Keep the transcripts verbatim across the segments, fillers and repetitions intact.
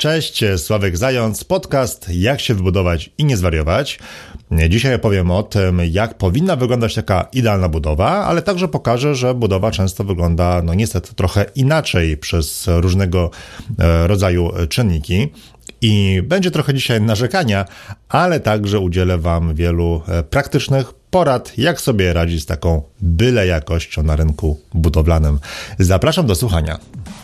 Cześć, Sławek Zając, podcast Jak się wybudować i nie zwariować. Dzisiaj opowiem o tym, jak powinna wyglądać taka idealna budowa, ale także pokażę, że budowa często wygląda, no niestety, trochę inaczej przez różnego rodzaju czynniki. I będzie trochę dzisiaj narzekania, ale także udzielę Wam wielu praktycznych porad, jak sobie radzić z taką byle jakością na rynku budowlanym. Zapraszam do słuchania.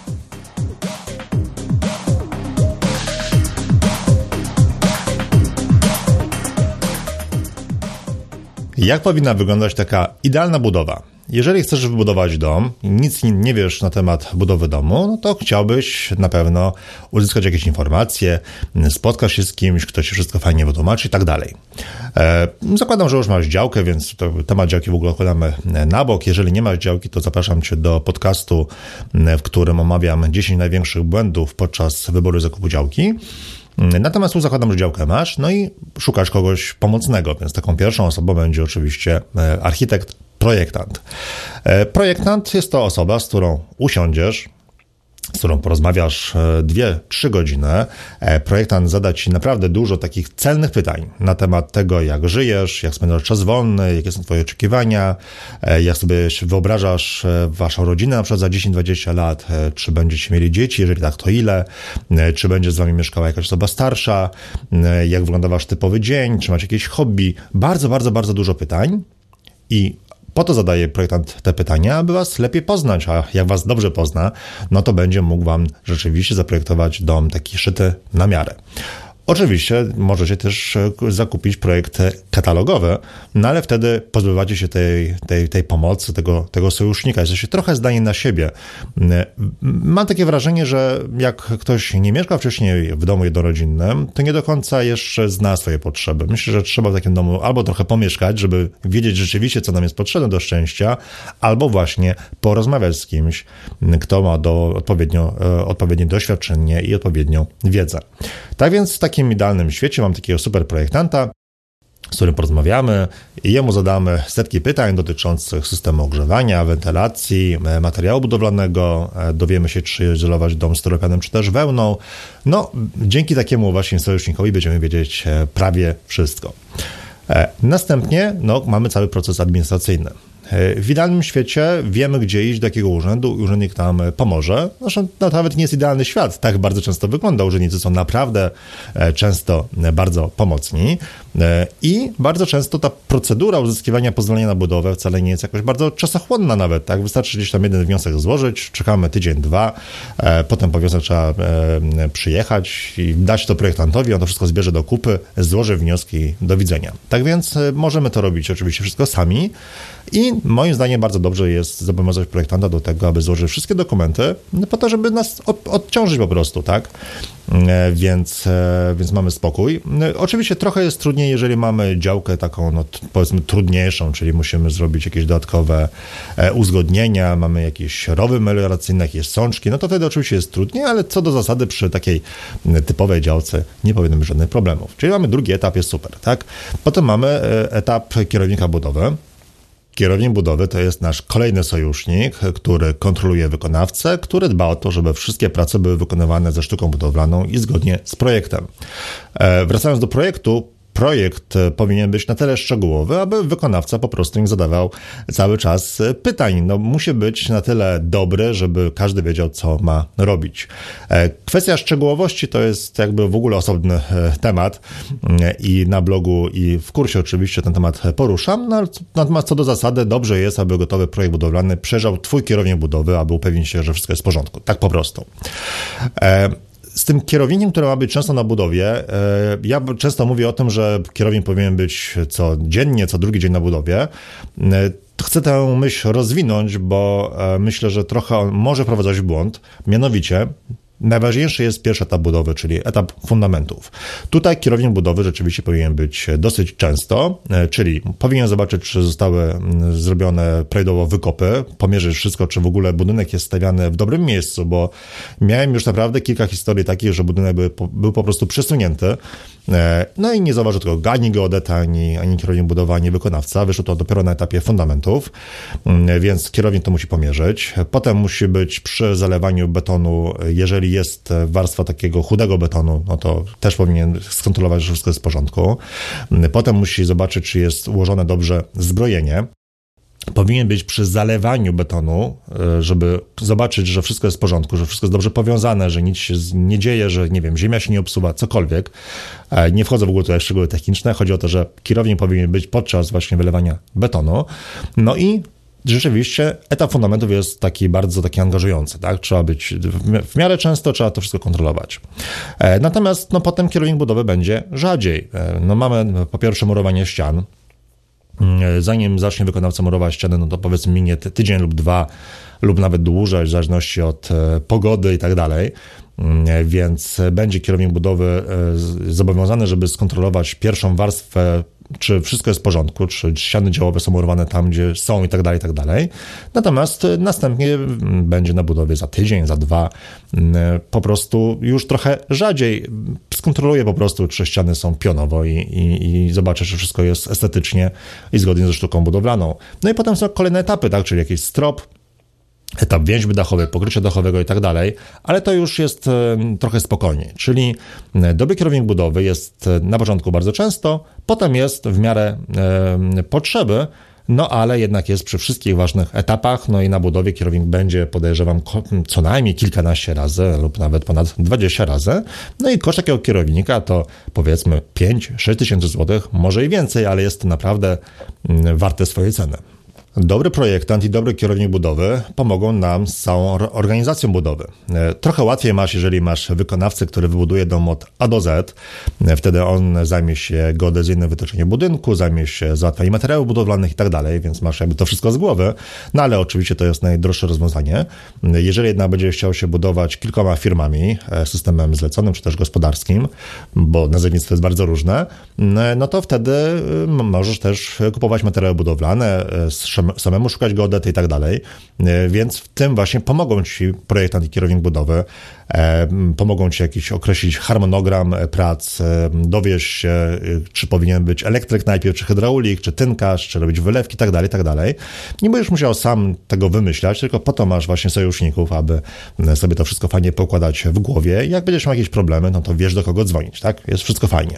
Jak powinna wyglądać taka idealna budowa? Jeżeli chcesz wybudować dom i nic nie wiesz na temat budowy domu, no to chciałbyś na pewno uzyskać jakieś informacje, spotkasz się z kimś, kto ci wszystko fajnie wytłumaczy i tak dalej. Zakładam, że już masz działkę, więc to temat działki w ogóle odkładamy na bok. Jeżeli nie masz działki, to zapraszam Cię do podcastu, w którym omawiam dziesięć największych błędów podczas wyboru zakupu działki. Natomiast tu zakładam, że działkę masz, no i szukasz kogoś pomocnego, więc taką pierwszą osobą będzie oczywiście architekt, projektant. Projektant jest to osoba, z którą usiądziesz, z którą porozmawiasz dwie trzy godziny. Projektant zada Ci naprawdę dużo takich celnych pytań na temat tego, jak żyjesz, jak spędzasz czas wolny, jakie są Twoje oczekiwania, jak sobie wyobrażasz Waszą rodzinę na przykład za dziesięć dwadzieścia lat, czy będziecie mieli dzieci, jeżeli tak, to ile, czy będzie z Wami mieszkała jakaś osoba starsza, jak wygląda Wasz typowy dzień, czy macie jakieś hobby. Bardzo, bardzo, bardzo dużo pytań i po to zadaje projektant te pytania, aby Was lepiej poznać, a jak Was dobrze pozna, no to będzie mógł Wam rzeczywiście zaprojektować dom taki szyty na miarę. Oczywiście możecie też zakupić projekt katalogowy, no ale wtedy pozbywacie się tej, tej, tej pomocy, tego, tego sojusznika. Jesteście trochę zdani na siebie. Mam takie wrażenie, że jak ktoś nie mieszka wcześniej w domu jednorodzinnym, to nie do końca jeszcze zna swoje potrzeby. Myślę, że trzeba w takim domu albo trochę pomieszkać, żeby wiedzieć rzeczywiście, co nam jest potrzebne do szczęścia, albo właśnie porozmawiać z kimś, kto ma do odpowiednio, odpowiednie doświadczenie i odpowiednią wiedzę. Tak więc w takim idealnym świecie mam takiego super projektanta, z którym porozmawiamy i jemu zadamy setki pytań dotyczących systemu ogrzewania, wentylacji, materiału budowlanego, dowiemy się, czy izolować dom styropianem, czy też wełną. No, dzięki takiemu właśnie sojusznikowi będziemy wiedzieć prawie wszystko. Następnie no, mamy cały proces administracyjny. W idealnym świecie wiemy, gdzie iść, do jakiego urzędu, urzędnik nam pomoże. Zresztą no, to nawet nie jest idealny świat, tak bardzo często wygląda. Urzędnicy są naprawdę często bardzo pomocni i bardzo często ta procedura uzyskiwania pozwolenia na budowę wcale nie jest jakoś bardzo czasochłonna nawet, tak? Wystarczy gdzieś tam jeden wniosek złożyć, czekamy tydzień, dwa, potem po wniosek trzeba przyjechać i dać to projektantowi, on to wszystko zbierze do kupy, złoży wnioski, do widzenia. Tak więc możemy to robić oczywiście wszystko sami i moim zdaniem bardzo dobrze jest zobowiązać projektanta do tego, aby złożył wszystkie dokumenty po to, żeby nas odciążyć po prostu, tak? Więc, więc mamy spokój. Oczywiście trochę jest trudniej, jeżeli mamy działkę taką, no powiedzmy trudniejszą, czyli musimy zrobić jakieś dodatkowe uzgodnienia, mamy jakieś rowy melioracyjne, jakieś sączki, no to wtedy oczywiście jest trudniej, ale co do zasady przy takiej typowej działce nie powinno być żadnych problemów. Czyli mamy drugi etap, jest super, tak? Potem mamy etap kierownika budowy. Kierownik budowy to jest nasz kolejny sojusznik, który kontroluje wykonawcę, który dba o to, żeby wszystkie prace były wykonywane ze sztuką budowlaną i zgodnie z projektem. Wracając do projektu, projekt powinien być na tyle szczegółowy, aby wykonawca po prostu nie zadawał cały czas pytań. No, musi być na tyle dobry, żeby każdy wiedział, co ma robić. Kwestia szczegółowości to jest jakby w ogóle osobny temat i na blogu i w kursie oczywiście ten temat poruszam, no, natomiast co do zasady dobrze jest, aby gotowy projekt budowlany przejrzał Twój kierownik budowy, aby upewnić się, że wszystko jest w porządku. Tak po prostu. Z tym kierownikiem, który ma być często na budowie, ja często mówię o tym, że kierownik powinien być codziennie, co drugi dzień na budowie. Chcę tę myśl rozwinąć, bo myślę, że trochę on może wprowadzać w błąd. Mianowicie najważniejszy jest pierwszy etap budowy, czyli etap fundamentów. Tutaj kierownik budowy rzeczywiście powinien być dosyć często, czyli powinien zobaczyć, czy zostały zrobione prawidłowo wykopy, pomierzyć wszystko, czy w ogóle budynek jest stawiany w dobrym miejscu, bo miałem już naprawdę kilka historii takich, że budynek był, był po prostu przesunięty, no i nie zauważył tego ani geodeta, ani, ani kierownik budowy, ani wykonawca. Wyszło to dopiero na etapie fundamentów, więc kierownik to musi pomierzyć. Potem musi być przy zalewaniu betonu, jeżeli jest warstwa takiego chudego betonu, no to też powinien skontrolować, że wszystko jest w porządku. Potem musi zobaczyć, czy jest ułożone dobrze zbrojenie. Powinien być przy zalewaniu betonu, żeby zobaczyć, że wszystko jest w porządku, że wszystko jest dobrze powiązane, że nic się nie dzieje, że nie wiem, ziemia się nie obsuwa, cokolwiek. Nie wchodzę w ogóle tutaj w szczegóły techniczne. Chodzi o to, że kierownik powinien być podczas właśnie wylewania betonu. No i rzeczywiście etap fundamentów jest taki bardzo taki angażujący, tak? Trzeba być w miarę często, trzeba to wszystko kontrolować. Natomiast no, potem kierownik budowy będzie rzadziej. No, mamy po pierwsze murowanie ścian. Zanim zacznie wykonawca murować ściany, no to powiedzmy minie tydzień lub dwa, lub nawet dłużej, w zależności od pogody i tak dalej. Więc będzie kierownik budowy zobowiązany, żeby skontrolować pierwszą warstwę, czy wszystko jest w porządku, czy ściany działowe są murowane tam, gdzie są i tak dalej, i tak dalej. Natomiast następnie będzie na budowie za tydzień, za dwa, po prostu już trochę rzadziej skontroluje po prostu, czy ściany są pionowo i, i, i zobaczy, czy wszystko jest estetycznie i zgodnie ze sztuką budowlaną. No i potem są kolejne etapy, tak, czyli jakiś strop, etap więźby dachowej, pokrycia dachowego i tak dalej, ale to już jest trochę spokojniej, czyli dobry kierownik budowy jest na początku bardzo często, potem jest w miarę e, potrzeby, no ale jednak jest przy wszystkich ważnych etapach, no i na budowie kierownik będzie, podejrzewam, co najmniej kilkanaście razy lub nawet ponad dwadzieścia razy, no i koszt takiego kierownika to powiedzmy pięć sześć tysięcy złotych, może i więcej, ale jest to naprawdę warte swojej ceny. Dobry projektant i dobry kierownik budowy pomogą nam z całą organizacją budowy. Trochę łatwiej masz, jeżeli masz wykonawcę, który wybuduje dom od A do Z. Wtedy on zajmie się geodezyjnym wytyczeniem budynku, zajmie się załatwianiem materiałów budowlanych i tak dalej, więc masz jakby to wszystko z głowy. No ale oczywiście to jest najdroższe rozwiązanie. Jeżeli jednak będziesz chciał się budować kilkoma firmami, systemem zleconym czy też gospodarskim, bo nazewnictwo jest bardzo różne, no to wtedy możesz też kupować materiały budowlane, samemu szukać geodety i tak dalej, więc w tym właśnie pomogą ci projektant i kierownik budowy, pomogą ci jakiś określić harmonogram prac, dowiesz się, czy powinien być elektryk najpierw, czy hydraulik, czy tynkarz, czy robić wylewki i tak dalej, i tak dalej. Nie będziesz musiał sam tego wymyślać, tylko po to masz właśnie sojuszników, aby sobie to wszystko fajnie poukładać w głowie. Jak będziesz miał jakieś problemy, no to wiesz, do kogo dzwonić, tak? Jest wszystko fajnie.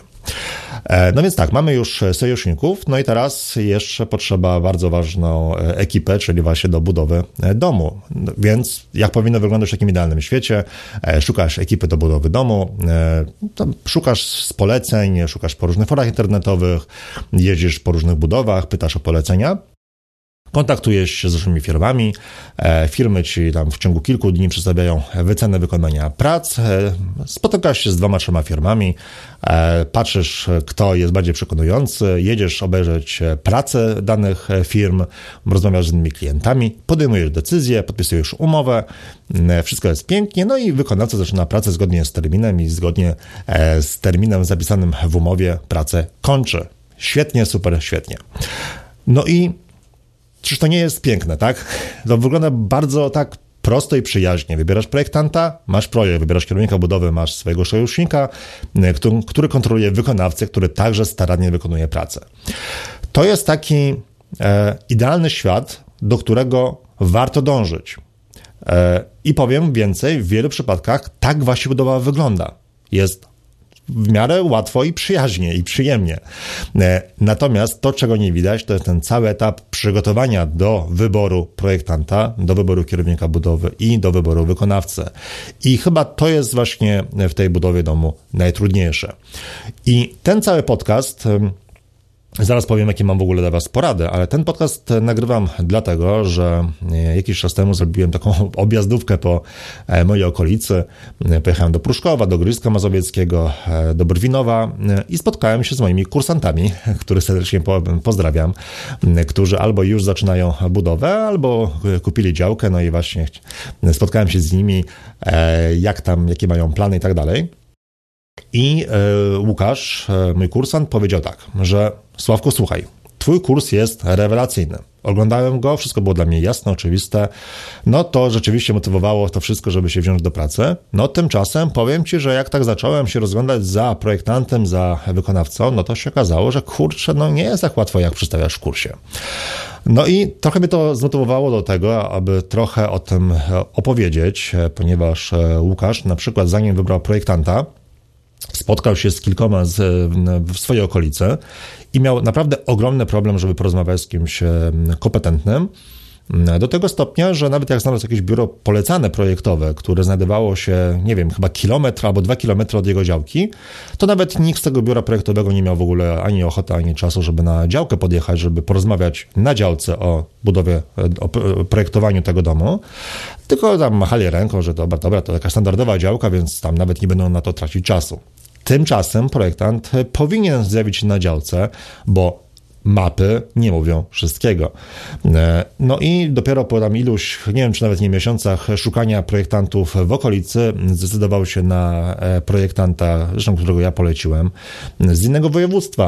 No więc tak, mamy już sojuszników, no i teraz jeszcze potrzeba bardzo ważną ekipę, czyli właśnie do budowy domu. Więc jak powinno wyglądać w takim idealnym świecie? Szukasz ekipy do budowy domu, szukasz z poleceń, szukasz po różnych forach internetowych, jeździsz po różnych budowach, pytasz o polecenia. Kontaktujesz się z różnymi firmami, firmy ci tam w ciągu kilku dni przedstawiają wycenę wykonania prac, spotykasz się z dwoma, trzema firmami, patrzysz, kto jest bardziej przekonujący, jedziesz obejrzeć pracę danych firm, rozmawiasz z innymi klientami, podejmujesz decyzję, podpisujesz umowę, wszystko jest pięknie, no i wykonawca zaczyna pracę zgodnie z terminem i zgodnie z terminem zapisanym w umowie pracę kończy. Świetnie, super, świetnie. No i czyż to nie jest piękne, tak? To wygląda bardzo tak prosto i przyjaźnie. Wybierasz projektanta, masz projekt, wybierasz kierownika budowy, masz swojego sojusznika, który, który kontroluje wykonawcę, który także starannie wykonuje pracę. To jest taki e, idealny świat, do którego warto dążyć. E, I powiem więcej, w wielu przypadkach tak właśnie budowa wygląda. Jest w miarę łatwo i przyjaźnie i przyjemnie. Natomiast to, czego nie widać, to jest ten cały etap przygotowania do wyboru projektanta, do wyboru kierownika budowy i do wyboru wykonawcy. I chyba to jest właśnie w tej budowie domu najtrudniejsze. I ten cały podcast, zaraz powiem, jakie mam w ogóle dla was porady, ale ten podcast nagrywam dlatego, że jakiś czas temu zrobiłem taką objazdówkę po mojej okolicy. Pojechałem do Pruszkowa, do Grodziska Mazowieckiego, do Brwinowa i spotkałem się z moimi kursantami, których serdecznie pozdrawiam, którzy albo już zaczynają budowę, albo kupili działkę, no i właśnie spotkałem się z nimi, jak tam, jakie mają plany i tak dalej. I e, Łukasz, e, mój kursant, powiedział tak, że Sławku, słuchaj, twój kurs jest rewelacyjny. oglądałem go, wszystko było dla mnie jasne, oczywiste, no to rzeczywiście motywowało to wszystko, żeby się wziąć do pracy. No tymczasem powiem Ci, że jak tak zacząłem się rozglądać za projektantem, za wykonawcą, no to się okazało, że kurczę, no nie jest tak łatwo, jak przedstawiasz w kursie. No i trochę mnie to zmotywowało do tego, aby trochę o tym opowiedzieć, ponieważ Łukasz na przykład zanim wybrał projektanta, spotkał się z kilkoma z, w swojej okolicy i miał naprawdę ogromny problem, żeby porozmawiać z kimś kompetentnym. Do tego stopnia, że nawet jak znalazł jakieś biuro polecane projektowe, które znajdowało się, nie wiem, chyba kilometr albo dwa kilometry od jego działki, to nawet nikt z tego biura projektowego nie miał w ogóle ani ochoty, ani czasu, żeby na działkę podjechać, żeby porozmawiać na działce o budowie, o projektowaniu tego domu, tylko tam machali ręką, że dobra, dobra, to taka standardowa działka, więc tam nawet nie będą na to tracić czasu. Tymczasem projektant powinien zjawić się na działce, bo mapy nie mówią wszystkiego. No i dopiero po tam iluś, nie wiem czy nawet nie miesiącach szukania projektantów w okolicy zdecydował się na projektanta, zresztą którego ja poleciłem, z innego województwa,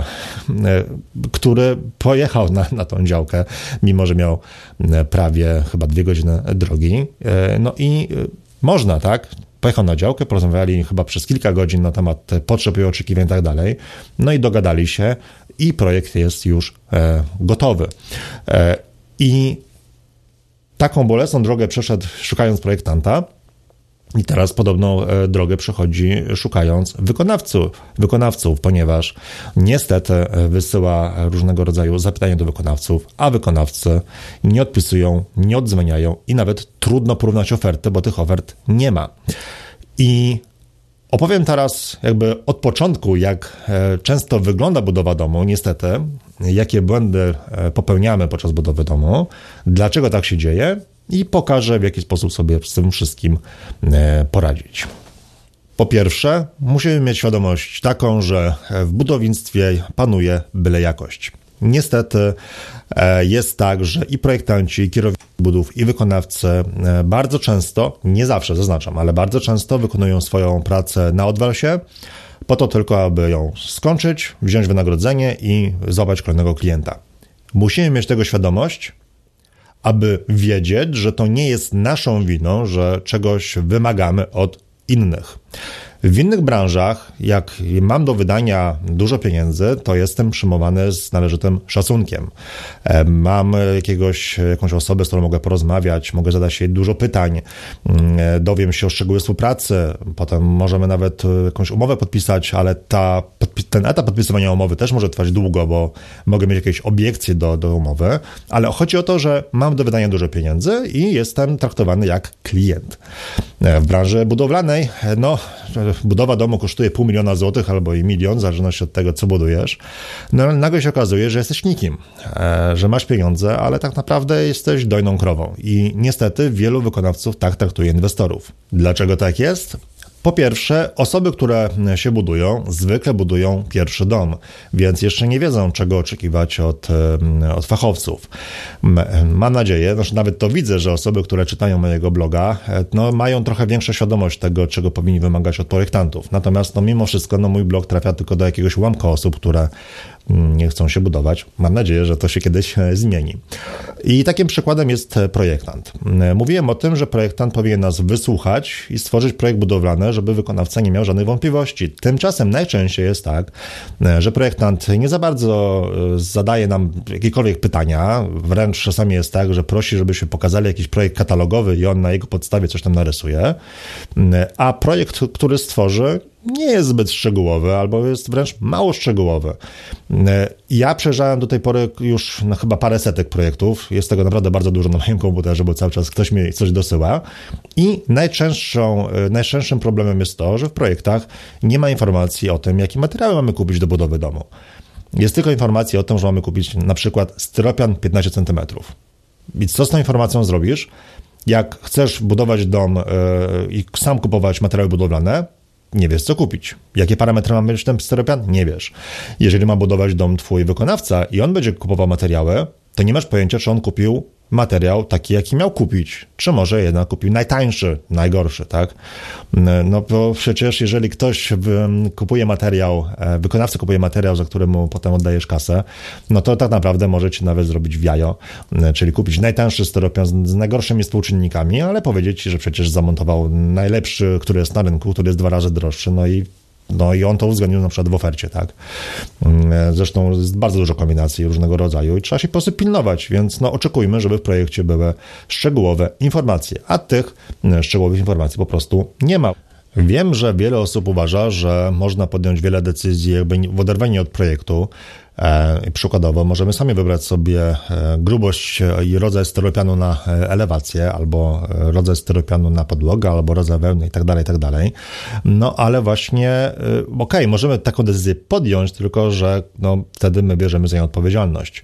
który pojechał na, na tą działkę, mimo że miał prawie chyba dwie godziny drogi. No i można, tak? Pojechał na działkę, porozmawiali chyba przez kilka godzin na temat potrzeb i oczekiwań i tak dalej, no i dogadali się i projekt jest już e, gotowy. E, I taką bolesną drogę przeszedł szukając projektanta i teraz podobną e, drogę przechodzi szukając wykonawców, wykonawców, ponieważ niestety wysyła różnego rodzaju zapytania do wykonawców, a wykonawcy nie odpisują, nie odzwaniają i nawet trudno porównać oferty, bo tych ofert nie ma. I opowiem teraz jakby od początku, jak często wygląda budowa domu, niestety, jakie błędy popełniamy podczas budowy domu, dlaczego tak się dzieje i pokażę, w jaki sposób sobie z tym wszystkim poradzić. Po pierwsze, musimy mieć świadomość taką, że w budownictwie panuje byle jakość. Niestety jest tak, że i projektanci, i kierownicy budów, i wykonawcy bardzo często, nie zawsze zaznaczam, ale bardzo często wykonują swoją pracę na odwalsie, po to tylko, aby ją skończyć, wziąć wynagrodzenie i złapać kolejnego klienta. Musimy mieć tego świadomość, aby wiedzieć, że to nie jest naszą winą, że czegoś wymagamy od innych. W innych branżach, jak mam do wydania dużo pieniędzy, to jestem przyjmowany z należytym szacunkiem. Mam jakiegoś, jakąś osobę, z którą mogę porozmawiać, mogę zadać jej dużo pytań, dowiem się o szczegóły współpracy, potem możemy nawet jakąś umowę podpisać, ale ta, ten etap podpisywania umowy też może trwać długo, bo mogę mieć jakieś obiekcje do, do umowy, ale chodzi o to, że mam do wydania dużo pieniędzy i jestem traktowany jak klient. W branży budowlanej, no, budowa domu kosztuje pół miliona złotych albo i milion, w zależności od tego, co budujesz. No ale nagle się okazuje, że jesteś nikim, że masz pieniądze, ale tak naprawdę jesteś dojną krową. I niestety wielu wykonawców tak traktuje inwestorów. Dlaczego tak jest? Po pierwsze, osoby, które się budują, zwykle budują pierwszy dom, więc jeszcze nie wiedzą, czego oczekiwać od, od fachowców. Mam nadzieję, znaczy nawet to widzę, że osoby, które czytają mojego bloga, no, mają trochę większą świadomość tego, czego powinni wymagać od projektantów. Natomiast no, mimo wszystko no, mój blog trafia tylko do jakiegoś ułamka osób, które nie chcą się budować. Mam nadzieję, że to się kiedyś zmieni. I takim przykładem jest projektant. Mówiłem o tym, że projektant powinien nas wysłuchać i stworzyć projekt budowlany, żeby wykonawca nie miał żadnych wątpliwości. Tymczasem najczęściej jest tak, że projektant nie za bardzo zadaje nam jakiekolwiek pytania, wręcz czasami jest tak, że prosi, żebyśmy pokazali jakiś projekt katalogowy i on na jego podstawie coś tam narysuje, a projekt, który stworzy, nie jest zbyt szczegółowy, albo jest wręcz mało szczegółowy. Ja przejrzałem do tej pory już no, chyba parę setek projektów, jest tego naprawdę bardzo dużo na moim komputerze, bo cały czas ktoś mi coś dosyła i najczęstszą, najczęstszym problemem jest to, że w projektach nie ma informacji o tym, jakie materiały mamy kupić do budowy domu. Jest tylko informacja o tym, że mamy kupić na przykład styropian piętnaście centymetrów. I co z tą informacją zrobisz? Jak chcesz budować dom yy, i sam kupować materiały budowlane, nie wiesz, co kupić. Jakie parametry ma mieć ten styropian? Nie wiesz. Jeżeli ma budować dom twój wykonawca i on będzie kupował materiały, to nie masz pojęcia, czy on kupił materiał taki, jaki miał kupić, czy może jednak kupił najtańszy, najgorszy, tak? No bo przecież jeżeli ktoś kupuje materiał, wykonawca kupuje materiał, za który mu potem oddajesz kasę, no to tak naprawdę możecie nawet zrobić w jajo, czyli kupić najtańszy styropian z najgorszymi współczynnikami, ale powiedzieć ci, że przecież zamontował najlepszy, który jest na rynku, który jest dwa razy droższy, no i No i on to uwzględnił na przykład w ofercie, tak? Zresztą jest bardzo dużo kombinacji różnego rodzaju i trzeba się po prostu pilnować, więc no oczekujmy, żeby w projekcie były szczegółowe informacje, a tych szczegółowych informacji po prostu nie ma. Wiem, że wiele osób uważa, że można podjąć wiele decyzji jakby w oderwaniu od projektu. E, przykładowo możemy sami wybrać sobie grubość i rodzaj styropianu na elewację, albo rodzaj styropianu na podłogę, albo rodzaj wełny i tak dalej, i tak dalej. No ale właśnie, okej, okay, możemy taką decyzję podjąć, tylko że no, wtedy my bierzemy za nią odpowiedzialność.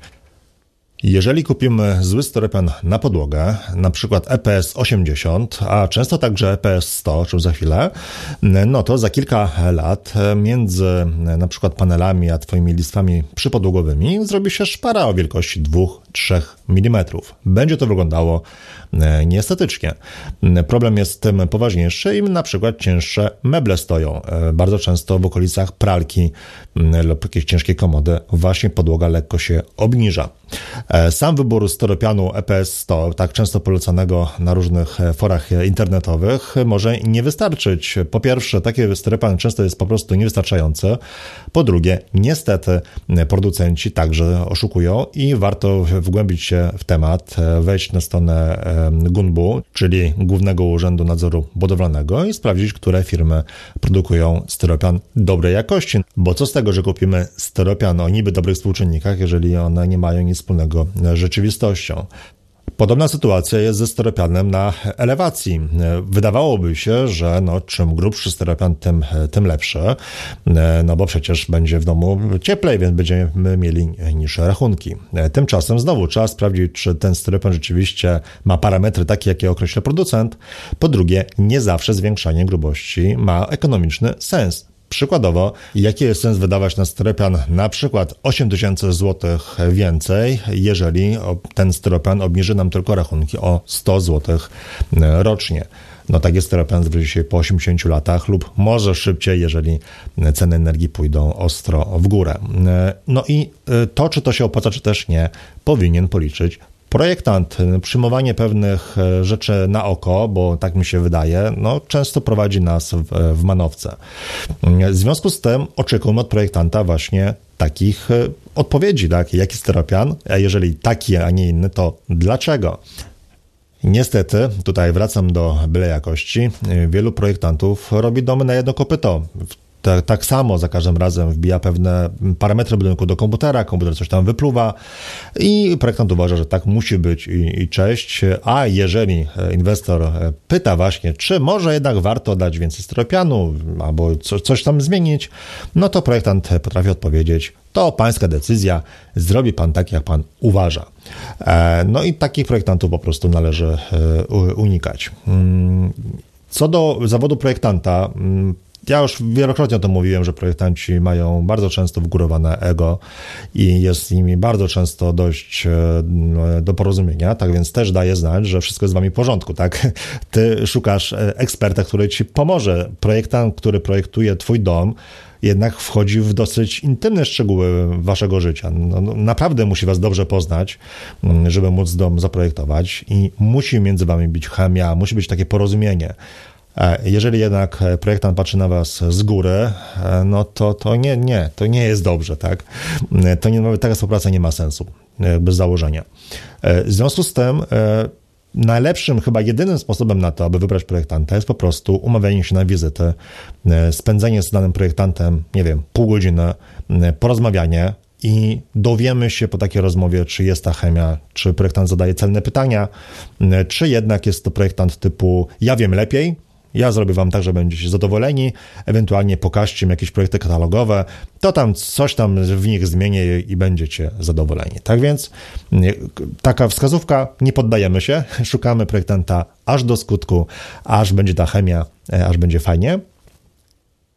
Jeżeli kupimy zły styropian na podłogę, na przykład E P S osiemdziesiąt, a często także E P S sto, o czym za chwilę, no to za kilka lat między na przykład panelami a twoimi listwami przypodłogowymi zrobi się szpara o wielkości dwa do trzech milimetrów. Będzie to wyglądało nieestetycznie. Problem jest tym poważniejszy i na przykład cięższe meble stoją. Bardzo często w okolicach pralki lub jakiejś ciężkiej komody właśnie podłoga lekko się obniża. Sam wybór styropianu E P S sto, tak często polecanego na różnych forach internetowych, może nie wystarczyć. Po pierwsze, taki styropian często jest po prostu niewystarczający. Po drugie, niestety producenci także oszukują i warto wgłębić się w temat, wejść na stronę G U N B-u, czyli Głównego Urzędu Nadzoru Budowlanego i sprawdzić, które firmy produkują styropian dobrej jakości. Bo co z tego, że kupimy styropian o niby dobrych współczynnikach, jeżeli one nie mają nic wspólnego z rzeczywistością. Podobna sytuacja jest ze styropianem na elewacji. Wydawałoby się, że no, czym grubszy styropian, tym, tym lepszy, no bo przecież będzie w domu cieplej, więc będziemy mieli niższe rachunki. Tymczasem znowu trzeba sprawdzić, czy ten styropian rzeczywiście ma parametry takie, jakie określa producent. Po drugie, nie zawsze zwiększanie grubości ma ekonomiczny sens. Przykładowo, jaki jest sens wydawać na styropian na przykład osiem tysięcy złotych więcej, jeżeli ten styropian obniży nam tylko rachunki o sto złotych rocznie. No taki styropian zwróci się po osiemdziesięciu latach lub może szybciej, jeżeli ceny energii pójdą ostro w górę. No i to, czy to się opłaca, czy też nie, powinien policzyć projektant. Przyjmowanie pewnych rzeczy na oko, bo tak mi się wydaje, no często prowadzi nas w, w manowce. W związku z tym oczekujemy od projektanta właśnie takich odpowiedzi, tak? Jaki styropian, a jeżeli taki, a nie inny, to dlaczego? Niestety, tutaj wracam do byle jakości, wielu projektantów robi domy na jedno kopyto. Tak, tak samo za każdym razem wbija pewne parametry budynku do komputera, komputer coś tam wypluwa i projektant uważa, że tak musi być i, i cześć. A jeżeli inwestor pyta właśnie, czy może jednak warto dać więcej styropianu albo co, coś tam zmienić, no to projektant potrafi odpowiedzieć, to pańska decyzja, zrobi pan tak, jak pan uważa. No i takich projektantów po prostu należy unikać. Co do zawodu projektanta, ja już wielokrotnie o tym mówiłem, że projektanci mają bardzo często wgórowane ego i jest z nimi bardzo często dość do porozumienia, tak więc też daje znać, że wszystko jest z wami w porządku, tak? Ty szukasz eksperta, który ci pomoże. Projektant, który projektuje twój dom, jednak wchodzi w dosyć intymne szczegóły waszego życia. No, no, naprawdę musi was dobrze poznać, żeby móc dom zaprojektować i musi między wami być chemia, musi być takie porozumienie. Jeżeli jednak projektant patrzy na was z góry, no to, to nie, nie, to nie jest dobrze, tak? To nie, taka współpraca nie ma sensu, bez założenia. W związku z tym najlepszym, chyba jedynym sposobem na to, aby wybrać projektanta jest po prostu umawianie się na wizytę, spędzenie z danym projektantem, nie wiem, pół godziny, porozmawianie i dowiemy się po takiej rozmowie, czy jest ta chemia, czy projektant zadaje celne pytania, czy jednak jest to projektant typu ja wiem lepiej, ja zrobię wam tak, że będziecie zadowoleni, ewentualnie pokażcie mi jakieś projekty katalogowe, to tam coś tam w nich zmienię i będziecie zadowoleni. Tak więc taka wskazówka, nie poddajemy się, szukamy projektanta aż do skutku, aż będzie ta chemia, aż będzie fajnie.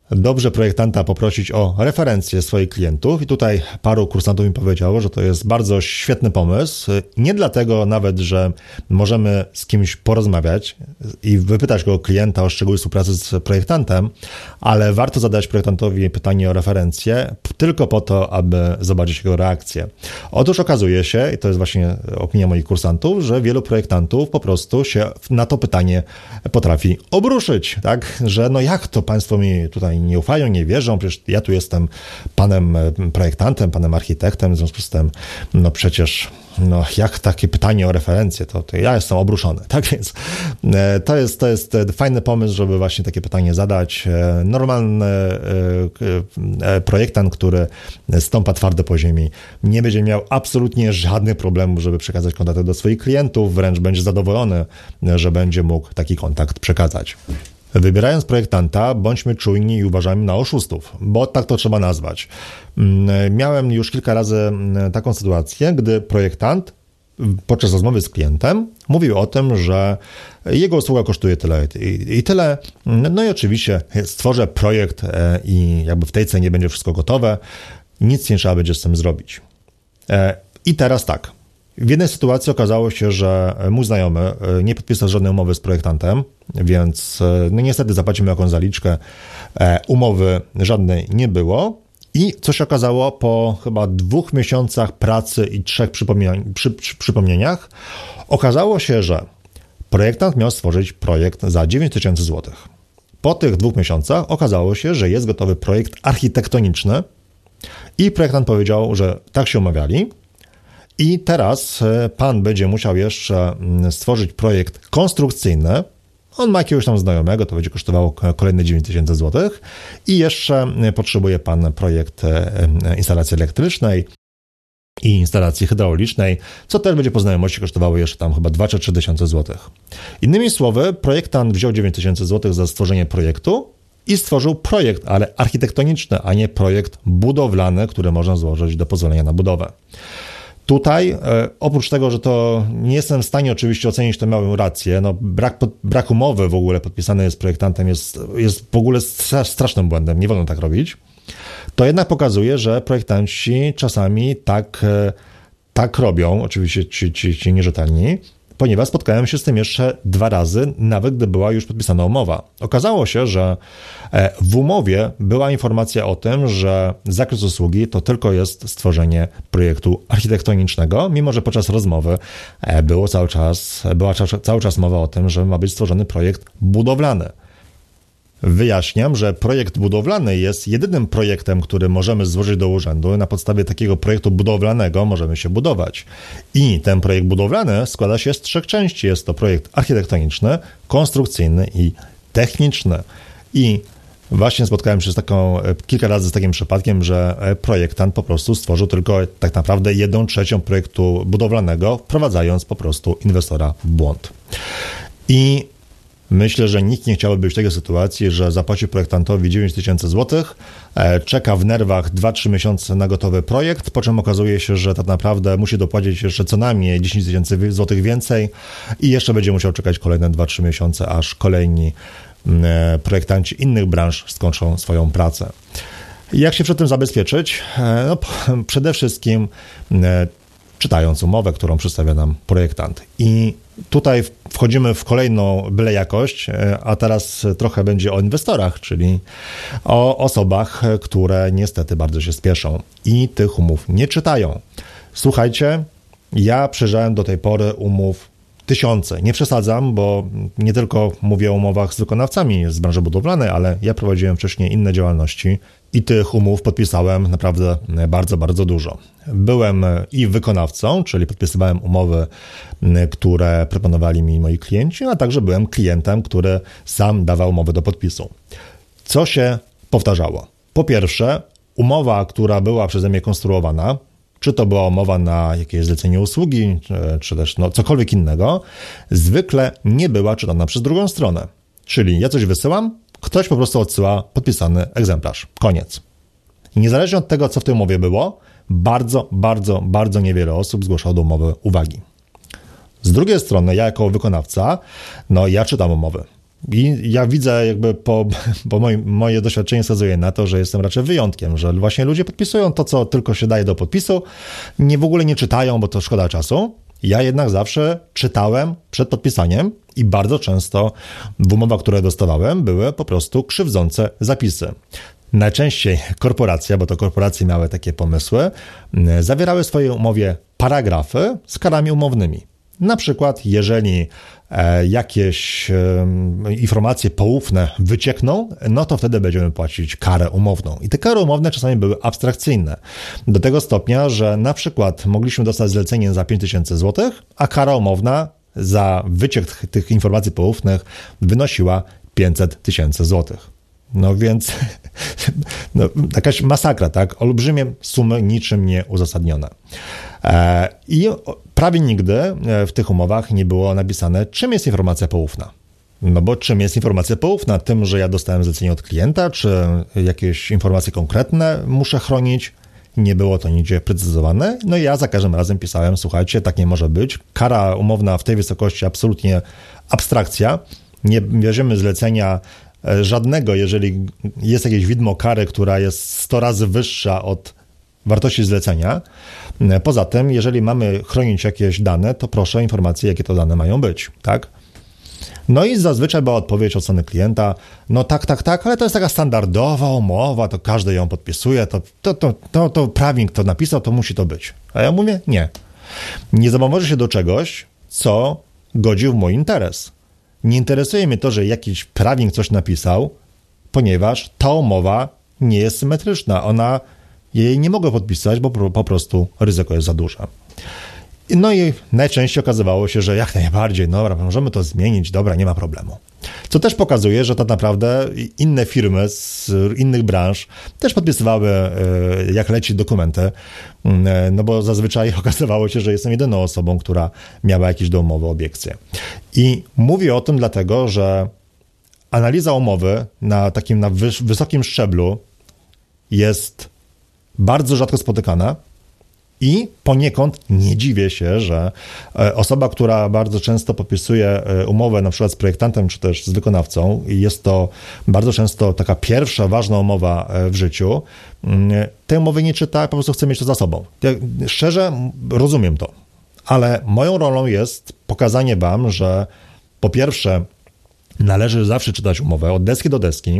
dobrze projektanta poprosić o referencje swoich klientów i tutaj paru kursantów mi powiedziało, że to jest bardzo świetny pomysł. Nie dlatego nawet, że możemy z kimś porozmawiać i wypytać go klienta o szczegóły współpracy z projektantem, ale warto zadać projektantowi pytanie o referencje tylko po to, aby zobaczyć jego reakcję. Otóż okazuje się, i to jest właśnie opinia moich kursantów, że wielu projektantów po prostu się na to pytanie potrafi obruszyć, tak? Że no jak to państwo mi tutaj nie ufają, nie wierzą, przecież ja tu jestem panem projektantem, panem architektem, w związku z tym, no przecież, no jak takie pytanie o referencję, to, to ja jestem obruszony, tak więc to jest, to jest fajny pomysł, żeby właśnie takie pytanie zadać. Normalny projektant, który stąpa twardo po ziemi, nie będzie miał absolutnie żadnych problemów, żeby przekazać kontakt do swoich klientów, wręcz będzie zadowolony, że będzie mógł taki kontakt przekazać. Wybierając projektanta, bądźmy czujni i uważajmy na oszustów, bo tak to trzeba nazwać. Miałem już kilka razy taką sytuację, gdy projektant podczas rozmowy z klientem mówił o tym, że jego usługa kosztuje tyle i tyle. No i oczywiście stworzę projekt i jakby w tej cenie będzie wszystko gotowe, nic nie trzeba będzie z tym zrobić. I teraz tak. W jednej sytuacji okazało się, że mój znajomy nie podpisał żadnej umowy z projektantem, więc no niestety zapłacimy jakąś zaliczkę. Umowy żadnej nie było i co się okazało, po chyba dwóch miesiącach pracy i trzech przypomnień, przy, przy, przypomnieniach, okazało się, że projektant miał stworzyć projekt za dziewięć tysięcy złotych. Po tych dwóch miesiącach okazało się, że jest gotowy projekt architektoniczny i projektant powiedział, że tak się umawiali. I teraz pan będzie musiał jeszcze stworzyć projekt konstrukcyjny. On ma jakiegoś tam znajomego, to będzie kosztowało kolejne dziewięć tysięcy złotych. I jeszcze potrzebuje pan projekt instalacji elektrycznej i instalacji hydraulicznej, co też będzie po znajomości kosztowało jeszcze tam chyba dwa czy trzy tysiące złotych. Innymi słowy, projektant wziął dziewięć tysięcy złotych za stworzenie projektu i stworzył projekt, ale architektoniczny, a nie projekt budowlany, który można złożyć do pozwolenia na budowę. Tutaj, oprócz tego, że to nie jestem w stanie oczywiście ocenić, to miałem rację, no brak, brak umowy w ogóle podpisanej z projektantem jest, jest w ogóle strasznym błędem, nie wolno tak robić, to jednak pokazuje, że projektanci czasami tak, tak robią, oczywiście ci, ci, ci nierzetelni, ponieważ spotkałem się z tym jeszcze dwa razy, nawet gdy była już podpisana umowa. Okazało się, że w umowie była informacja o tym, że zakres usługi to tylko jest stworzenie projektu architektonicznego, mimo że podczas rozmowy było cały czas, była cały czas mowa o tym, że ma być stworzony projekt budowlany. Wyjaśniam, że projekt budowlany jest jedynym projektem, który możemy złożyć do urzędu. Na podstawie takiego projektu budowlanego możemy się budować. I ten projekt budowlany składa się z trzech części. Jest to projekt architektoniczny, konstrukcyjny i techniczny. I właśnie spotkałem się z taką, kilka razy z takim przypadkiem, że projektant po prostu stworzył tylko tak naprawdę jedną trzecią projektu budowlanego, wprowadzając po prostu inwestora w błąd. I myślę, że nikt nie chciałby być w takiej sytuacji, że zapłaci projektantowi dziewięć tysięcy złotych, czeka w nerwach dwa trzy miesiące na gotowy projekt, po czym okazuje się, że tak naprawdę musi dopłacić jeszcze co najmniej dziesięć tysięcy złotych więcej i jeszcze będzie musiał czekać kolejne dwa trzy miesiące, aż kolejni projektanci innych branż skończą swoją pracę. Jak się przed tym zabezpieczyć? No, przede wszystkim czytając umowę, którą przedstawia nam projektant. I tutaj wchodzimy w kolejną byle jakość, a teraz trochę będzie o inwestorach, czyli o osobach, które niestety bardzo się spieszą i tych umów nie czytają. Słuchajcie, ja przejrzałem do tej pory umów tysiące. Nie przesadzam, bo nie tylko mówię o umowach z wykonawcami z branży budowlanej, ale ja prowadziłem wcześniej inne działalności i tych umów podpisałem naprawdę bardzo, bardzo dużo. Byłem i wykonawcą, czyli podpisywałem umowy, które proponowali mi moi klienci, a także byłem klientem, który sam dawał umowy do podpisu. Co się powtarzało? Po pierwsze, umowa, która była przeze mnie konstruowana, czy to była umowa na jakieś zlecenie usługi, czy, czy też no, cokolwiek innego, zwykle nie była czytana przez drugą stronę. Czyli ja coś wysyłam, ktoś po prostu odsyła podpisany egzemplarz. Koniec. I niezależnie od tego, co w tej umowie było, bardzo, bardzo, bardzo niewiele osób zgłaszało do umowy uwagi. Z drugiej strony, ja jako wykonawca, no ja czytam umowy. I ja widzę jakby po, po moim, moje doświadczenie wskazuje na to, że jestem raczej wyjątkiem, że właśnie ludzie podpisują to, co tylko się daje do podpisu, nie w ogóle nie czytają, bo to szkoda czasu. Ja jednak zawsze czytałem przed podpisaniem i bardzo często w umowach, które dostawałem, były po prostu krzywdzące zapisy. Najczęściej korporacja, bo to korporacje miały takie pomysły, zawierały w swojej umowie paragrafy z karami umownymi. Na przykład, jeżeli e, jakieś e, informacje poufne wyciekną, no to wtedy będziemy płacić karę umowną. I te kary umowne czasami były abstrakcyjne. Do tego stopnia, że na przykład mogliśmy dostać zlecenie za pięć tysięcy złotych, a kara umowna za wyciek tych informacji poufnych wynosiła pięćset tysięcy złotych. No więc no, jakaś masakra, tak? Olbrzymie sumy, niczym nie uzasadnione. E, I prawie nigdy w tych umowach nie było napisane, czym jest informacja poufna. No bo czym jest informacja poufna? Tym, że ja dostałem zlecenie od klienta, czy jakieś informacje konkretne muszę chronić? Nie było to nigdzie precyzowane. No i ja za każdym razem pisałem, słuchajcie, tak nie może być. Kara umowna w tej wysokości absolutnie abstrakcja. Nie bierzemy zlecenia żadnego, jeżeli jest jakieś widmo kary, która jest sto razy wyższa od wartości zlecenia. Poza tym, jeżeli mamy chronić jakieś dane, to proszę informacje, jakie to dane mają być, tak? No i zazwyczaj była odpowiedź od strony klienta, no tak, tak, tak, ale to jest taka standardowa umowa, to każdy ją podpisuje, to, to, to, to, to prawnik to napisał, to musi to być. A ja mówię, nie. Nie zobowiążę się do czegoś, co godzi w mój interes. Nie interesuje mnie to, że jakiś prawnik coś napisał, ponieważ ta umowa nie jest symetryczna. Ona, jej nie mogę podpisać, bo po prostu ryzyko jest za duże. No i najczęściej okazywało się, że jak najbardziej, dobra, możemy to zmienić, dobra, nie ma problemu. Co też pokazuje, że tak naprawdę inne firmy z innych branż też podpisywały jak leci dokumenty, no bo zazwyczaj okazywało się, że jestem jedyną osobą, która miała jakieś do umowy obiekcje. I mówię o tym dlatego, że analiza umowy na takim na wys- wysokim szczeblu jest bardzo rzadko spotykana. I poniekąd nie dziwię się, że osoba, która bardzo często podpisuje umowę na przykład z projektantem czy też z wykonawcą i jest to bardzo często taka pierwsza ważna umowa w życiu, tej umowy nie czyta, po prostu chce mieć to za sobą. Ja szczerze rozumiem to, ale moją rolą jest pokazanie wam, że po pierwsze należy zawsze czytać umowę od deski do deski,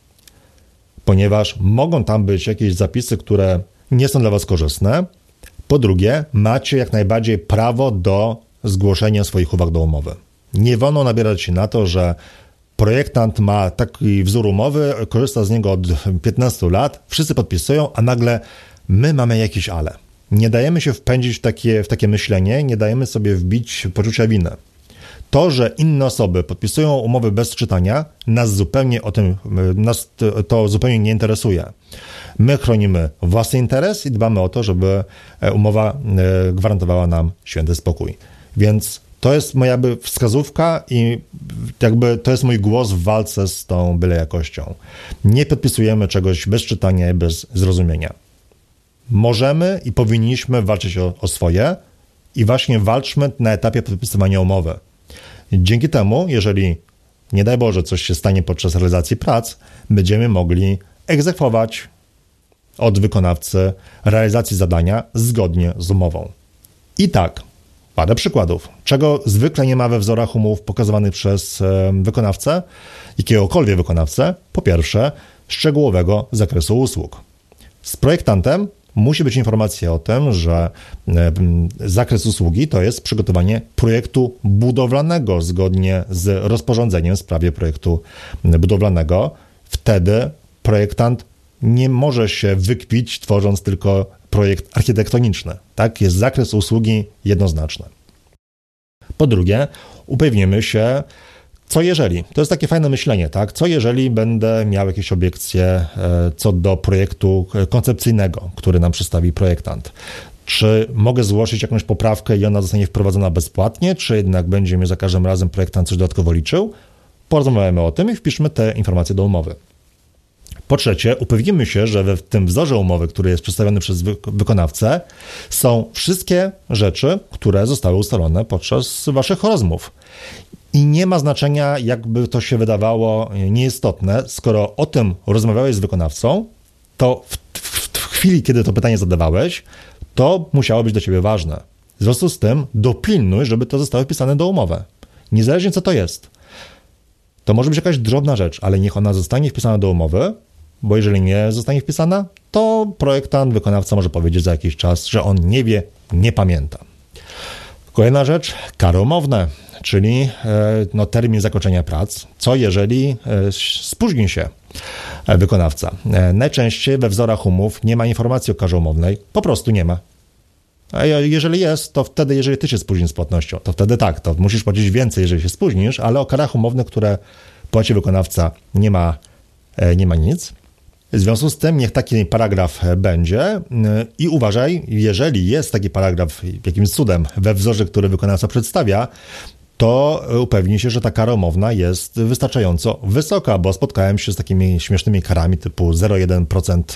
ponieważ mogą tam być jakieś zapisy, które nie są dla was korzystne. Po drugie, macie jak najbardziej prawo do zgłoszenia swoich uwag do umowy. Nie wolno nabierać się na to, że projektant ma taki wzór umowy, korzysta z niego od piętnastu lat, wszyscy podpisują, a nagle my mamy jakieś ale. Nie dajemy się wpędzić w takie, w takie myślenie, nie dajemy sobie wbić poczucia winy. To, że inne osoby podpisują umowy bez czytania, nas zupełnie o tym, nas to zupełnie nie interesuje. My chronimy własny interes i dbamy o to, żeby umowa gwarantowała nam święty spokój. Więc to jest moja jakby wskazówka i jakby to jest mój głos w walce z tą byle jakością. Nie podpisujemy czegoś bez czytania i bez zrozumienia. Możemy i powinniśmy walczyć o, o swoje i właśnie walczmy na etapie podpisywania umowy. Dzięki temu, jeżeli nie daj Boże coś się stanie podczas realizacji prac, będziemy mogli egzekwować od wykonawcy realizacji zadania zgodnie z umową. I tak, parę przykładów, czego zwykle nie ma we wzorach umów pokazywanych przez wykonawcę, jakiegokolwiek wykonawcę. Po pierwsze, szczegółowego zakresu usług. Z projektantem musi być informacja o tym, że zakres usługi to jest przygotowanie projektu budowlanego zgodnie z rozporządzeniem w sprawie projektu budowlanego. Wtedy projektant nie może się wykpić, tworząc tylko projekt architektoniczny. Tak, jest zakres usługi jednoznaczny. Po drugie, upewnimy się, co jeżeli, to jest takie fajne myślenie, tak? Co jeżeli będę miał jakieś obiekcje co do projektu koncepcyjnego, który nam przedstawi projektant? Czy mogę zgłosić jakąś poprawkę i ona zostanie wprowadzona bezpłatnie, czy jednak będzie mi za każdym razem projektant coś dodatkowo liczył? Porozmawiamy o tym i wpiszmy te informacje do umowy. Po trzecie, upewnimy się, że w tym wzorze umowy, który jest przedstawiony przez wykonawcę, są wszystkie rzeczy, które zostały ustalone podczas waszych rozmów. I nie ma znaczenia, jakby to się wydawało nieistotne, skoro o tym rozmawiałeś z wykonawcą, to w, w, w chwili, kiedy to pytanie zadawałeś, to musiało być dla ciebie ważne. W związku z tym dopilnuj, żeby to zostało wpisane do umowy. Niezależnie co to jest. To może być jakaś drobna rzecz, ale niech ona zostanie wpisana do umowy, bo jeżeli nie zostanie wpisana, to projektant, wykonawca może powiedzieć za jakiś czas, że on nie wie, nie pamięta. Kolejna rzecz, kary umowne, czyli no, termin zakończenia prac. Co jeżeli spóźni się wykonawca? Najczęściej we wzorach umów nie ma informacji o karze umownej, po prostu nie ma. A jeżeli jest, to wtedy, jeżeli ty się spóźnisz z płatnością, to wtedy tak, to musisz płacić więcej, jeżeli się spóźnisz, ale o karach umownych, które płaci wykonawca, nie ma, nie ma nic. W związku z tym niech taki paragraf będzie i uważaj, jeżeli jest taki paragraf jakimś cudem we wzorze, który wykonawca przedstawia, to upewnij się, że ta kara umowna jest wystarczająco wysoka, bo spotkałem się z takimi śmiesznymi karami typu zero przecinek jeden procent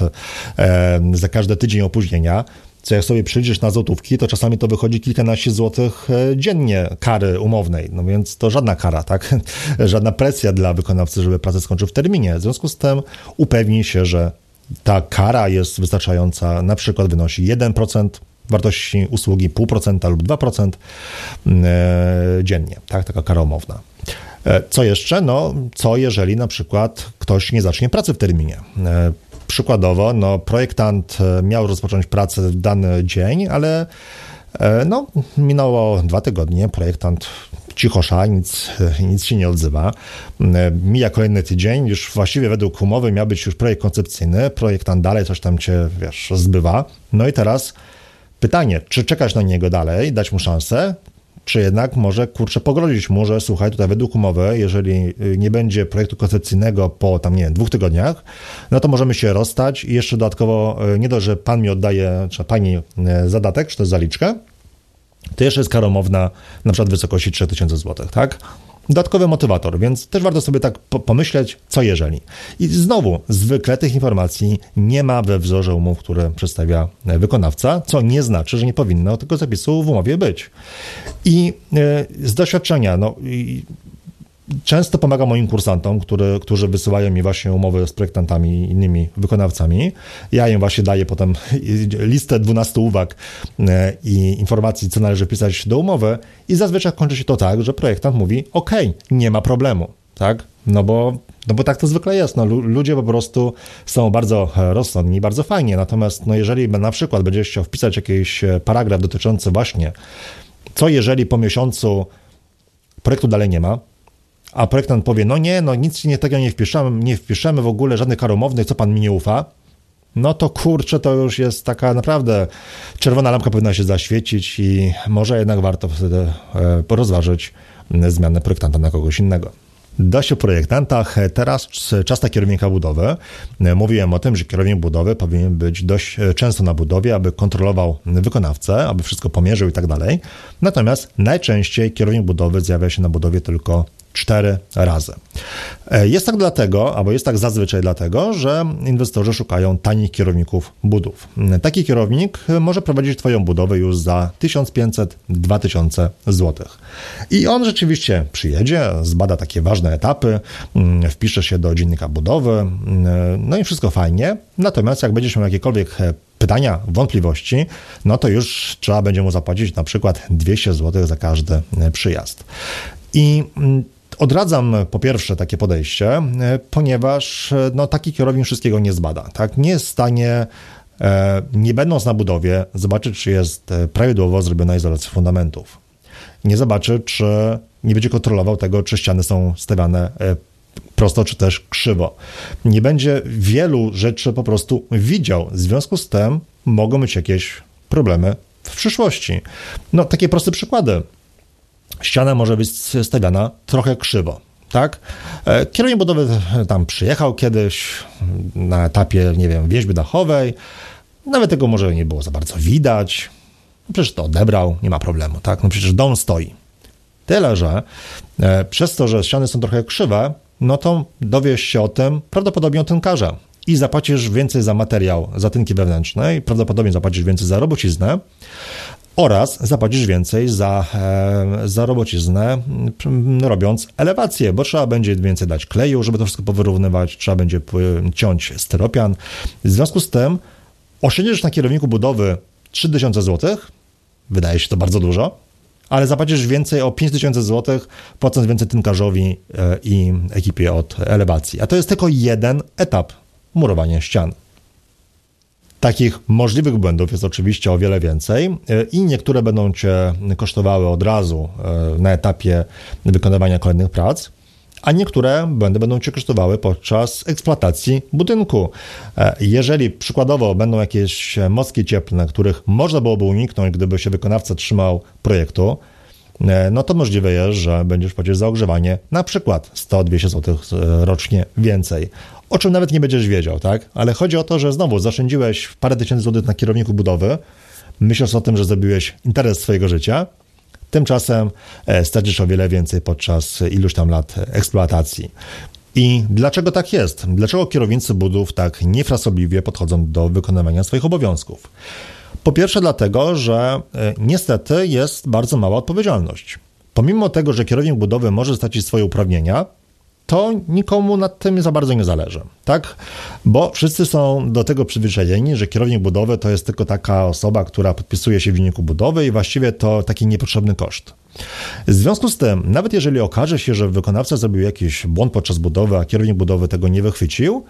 za każdy tydzień opóźnienia. Co jak sobie przyjdziesz na złotówki, to czasami to wychodzi kilkanaście złotych dziennie kary umownej, no więc to żadna kara, tak? Żadna presja dla wykonawcy, żeby pracę skończył w terminie. W związku z tym upewnij się, że ta kara jest wystarczająca, na przykład wynosi jeden procent wartości usługi, zero przecinek pięć procent lub dwa procent dziennie, tak? Taka kara umowna. Co jeszcze? No, co jeżeli na przykład ktoś nie zacznie pracy w terminie? Przykładowo, no, projektant miał rozpocząć pracę w dany dzień, ale no, minęło dwa tygodnie, projektant cichosza, nic, nic się nie odzywa. Mija kolejny tydzień, już właściwie według umowy miał być już projekt koncepcyjny, projektant dalej coś tam cię, wiesz, zbywa. No i teraz pytanie, czy czekać na niego dalej, dać mu szansę, czy jednak może, kurczę, pogrozić mu, że słuchaj, tutaj według umowy, jeżeli nie będzie projektu koncepcyjnego po tam, nie wiem, dwóch tygodniach, no to możemy się rozstać i jeszcze dodatkowo nie dość, że pan mi oddaje, czy pani zadatek, czy też zaliczkę, to jeszcze jest kara umowna na przykład w wysokości trzy tysiące złotych, tak? Dodatkowy motywator, więc też warto sobie tak po- pomyśleć, co jeżeli. I znowu, zwykle tych informacji nie ma we wzorze umów, które przedstawia wykonawca, co nie znaczy, że nie powinno tego zapisu w umowie być. I y, z doświadczenia, no i często pomagam moim kursantom, który, którzy wysyłają mi właśnie umowy z projektantami i innymi wykonawcami. Ja im właśnie daję potem listę dwunastu uwag i informacji, co należy wpisać do umowy i zazwyczaj kończy się to tak, że projektant mówi, ok, nie ma problemu, tak? No bo, no bo tak to zwykle jest. No, ludzie po prostu są bardzo rozsądni, bardzo fajnie, natomiast no jeżeli na przykład będziesz chciał wpisać jakiś paragraf dotyczący właśnie, co jeżeli po miesiącu projektu dalej nie ma, a projektant powie, no nie, no nic nie, tego nie wpiszemy, nie wpiszemy w ogóle żadnych kar umownych, co pan mi nie ufa, no to kurczę, to już jest taka naprawdę czerwona lampka powinna się zaświecić i może jednak warto wtedy rozważyć zmianę projektanta na kogoś innego. Dość o projektantach. Teraz czas na kierownika budowy. Mówiłem o tym, że kierownik budowy powinien być dość często na budowie, aby kontrolował wykonawcę, aby wszystko pomierzył i tak dalej. Natomiast najczęściej kierownik budowy zjawia się na budowie tylko cztery razy. Jest tak dlatego, albo jest tak zazwyczaj dlatego, że inwestorzy szukają tanich kierowników budów. Taki kierownik może prowadzić twoją budowę już za tysiąc pięćset do dwa tysiące złotych. I on rzeczywiście przyjedzie, zbada takie ważne etapy, wpisze się do dziennika budowy, no i wszystko fajnie. Natomiast jak będziesz miał jakiekolwiek pytania, wątpliwości, no to już trzeba będzie mu zapłacić na przykład dwieście złotych za każdy przyjazd. I odradzam po pierwsze takie podejście, ponieważ no, taki kierownik wszystkiego nie zbada. Tak? Nie jest w stanie, nie będąc na budowie, zobaczyć, czy jest prawidłowo zrobiona izolacja fundamentów. Nie zobaczy, czy nie będzie kontrolował tego, czy ściany są stawiane prosto, czy też krzywo. Nie będzie wielu rzeczy po prostu widział. W związku z tym mogą być jakieś problemy w przyszłości. No, takie proste przykłady. Ściana może być stawiana trochę krzywo, tak? Kierownik budowy tam przyjechał kiedyś na etapie, nie wiem, wieźby dachowej, nawet tego może nie było za bardzo widać, no przecież to odebrał, nie ma problemu, tak? No przecież dom stoi. Tyle, że e, przez to, że ściany są trochę krzywe, no to dowiesz się o tym prawdopodobnie o tynkarza i zapłacisz więcej za materiał, za tynki wewnętrzne i prawdopodobnie zapłacisz więcej za robociznę. oraz zapłacisz więcej za, za robociznę, robiąc elewację, bo trzeba będzie więcej dać kleju, żeby to wszystko powyrównywać, trzeba będzie ciąć styropian. W związku z tym oszczędzisz na kierowniku budowy trzy tysiące złotych, wydaje się to bardzo dużo, ale zapłacisz więcej o pięć tysięcy złotych, płacąc więcej tynkarzowi i ekipie od elewacji. A to jest tylko jeden etap murowania ścian. Takich możliwych błędów jest oczywiście o wiele więcej i niektóre będą Cię kosztowały od razu na etapie wykonywania kolejnych prac, a niektóre błędy będą Cię kosztowały podczas eksploatacji budynku. Jeżeli przykładowo będą jakieś mostki cieplne, których można byłoby uniknąć, gdyby się wykonawca trzymał projektu, no to możliwe jest, że będziesz płacić za ogrzewanie na przykład sto dwieście złotych rocznie więcej, o czym nawet nie będziesz wiedział, tak? Ale chodzi o to, że znowu zaoszczędziłeś parę tysięcy złotych na kierowniku budowy, myślisz o tym, że zrobiłeś interes swojego życia, tymczasem stracisz o wiele więcej podczas iluś tam lat eksploatacji. I dlaczego tak jest? Dlaczego kierownicy budów tak niefrasobliwie podchodzą do wykonywania swoich obowiązków? Po pierwsze dlatego, że niestety jest bardzo mała odpowiedzialność. Pomimo tego, że kierownik budowy może stracić swoje uprawnienia, to nikomu nad tym za bardzo nie zależy, tak? Bo wszyscy są do tego przyzwyczajeni, że kierownik budowy to jest tylko taka osoba, która podpisuje się w wyniku budowy i właściwie to taki niepotrzebny koszt. W związku z tym, nawet jeżeli okaże się, że wykonawca zrobił jakiś błąd podczas budowy, a kierownik budowy tego nie wychwycił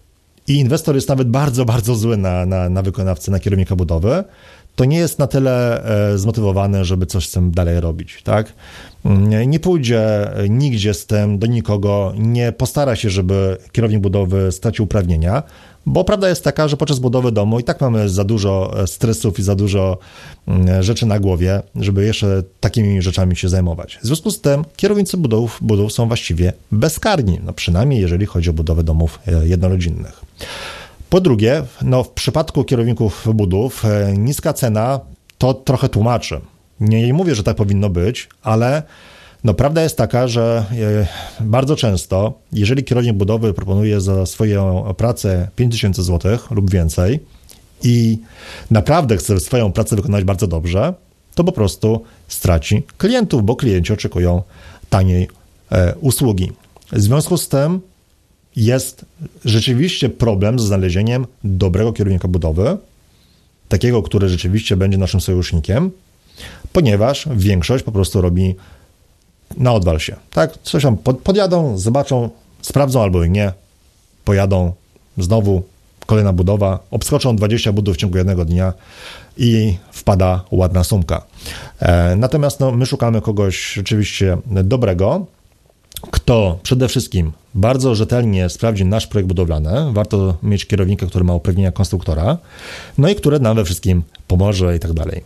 i inwestor jest nawet bardzo, bardzo zły na, na, na wykonawcę, na kierownika budowy, to nie jest na tyle e, zmotywowany, żeby coś z tym dalej robić, tak? Nie, nie pójdzie nigdzie z tym do nikogo, nie postara się, żeby kierownik budowy stracił uprawnienia, bo prawda jest taka, że podczas budowy domu i tak mamy za dużo stresów i za dużo rzeczy na głowie, żeby jeszcze takimi rzeczami się zajmować. W związku z tym kierownicy budów, budów są właściwie bezkarni, no przynajmniej jeżeli chodzi o budowę domów jednorodzinnych. Po drugie, no w przypadku kierowników budów niska cena to trochę tłumaczy. Nie mówię, że tak powinno być, ale no prawda jest taka, że bardzo często, jeżeli kierownik budowy proponuje za swoją pracę pięć tysięcy złotych lub więcej i naprawdę chce swoją pracę wykonać bardzo dobrze, to po prostu straci klientów, bo klienci oczekują taniej usługi. W związku z tym jest rzeczywiście problem z znalezieniem dobrego kierownika budowy, takiego, który rzeczywiście będzie naszym sojusznikiem, ponieważ większość po prostu robi na odwal się. Tak? Coś tam pod, podjadą, zobaczą, sprawdzą albo i nie, pojadą, znowu kolejna budowa, obskoczą dwadzieścia budów w ciągu jednego dnia i wpada ładna sumka. E, natomiast no, my szukamy kogoś rzeczywiście dobrego, kto przede wszystkim bardzo rzetelnie sprawdzi nasz projekt budowlany, warto mieć kierownika, który ma uprawnienia konstruktora, no i który nam we wszystkim pomoże i tak dalej.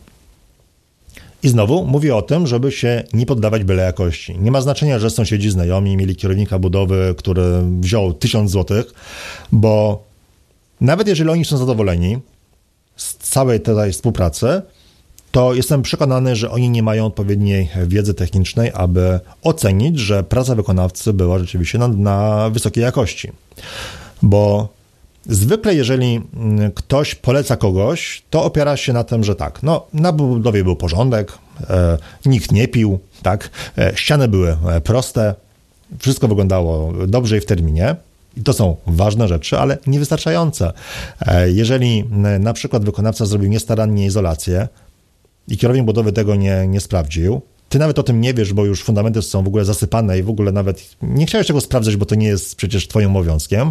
I znowu mówię o tym, żeby się nie poddawać byle jakości. Nie ma znaczenia, że sąsiedzi znajomi mieli kierownika budowy, który wziął tysiąc złotych, bo nawet jeżeli oni są zadowoleni z całej tej współpracy, to jestem przekonany, że oni nie mają odpowiedniej wiedzy technicznej, aby ocenić, że praca wykonawcy była rzeczywiście na, na wysokiej jakości. Bo zwykle, jeżeli ktoś poleca kogoś, to opiera się na tym, że tak, no na budowie był porządek, e, nikt nie pił, tak, e, ściany były proste, wszystko wyglądało dobrze i w terminie. I to są ważne rzeczy, ale niewystarczające. E, jeżeli na przykład wykonawca zrobił niestarannie izolację i kierownik budowy tego nie, nie sprawdził, ty nawet o tym nie wiesz, bo już fundamenty są w ogóle zasypane i w ogóle nawet nie chciałeś tego sprawdzać, bo to nie jest przecież twoim obowiązkiem,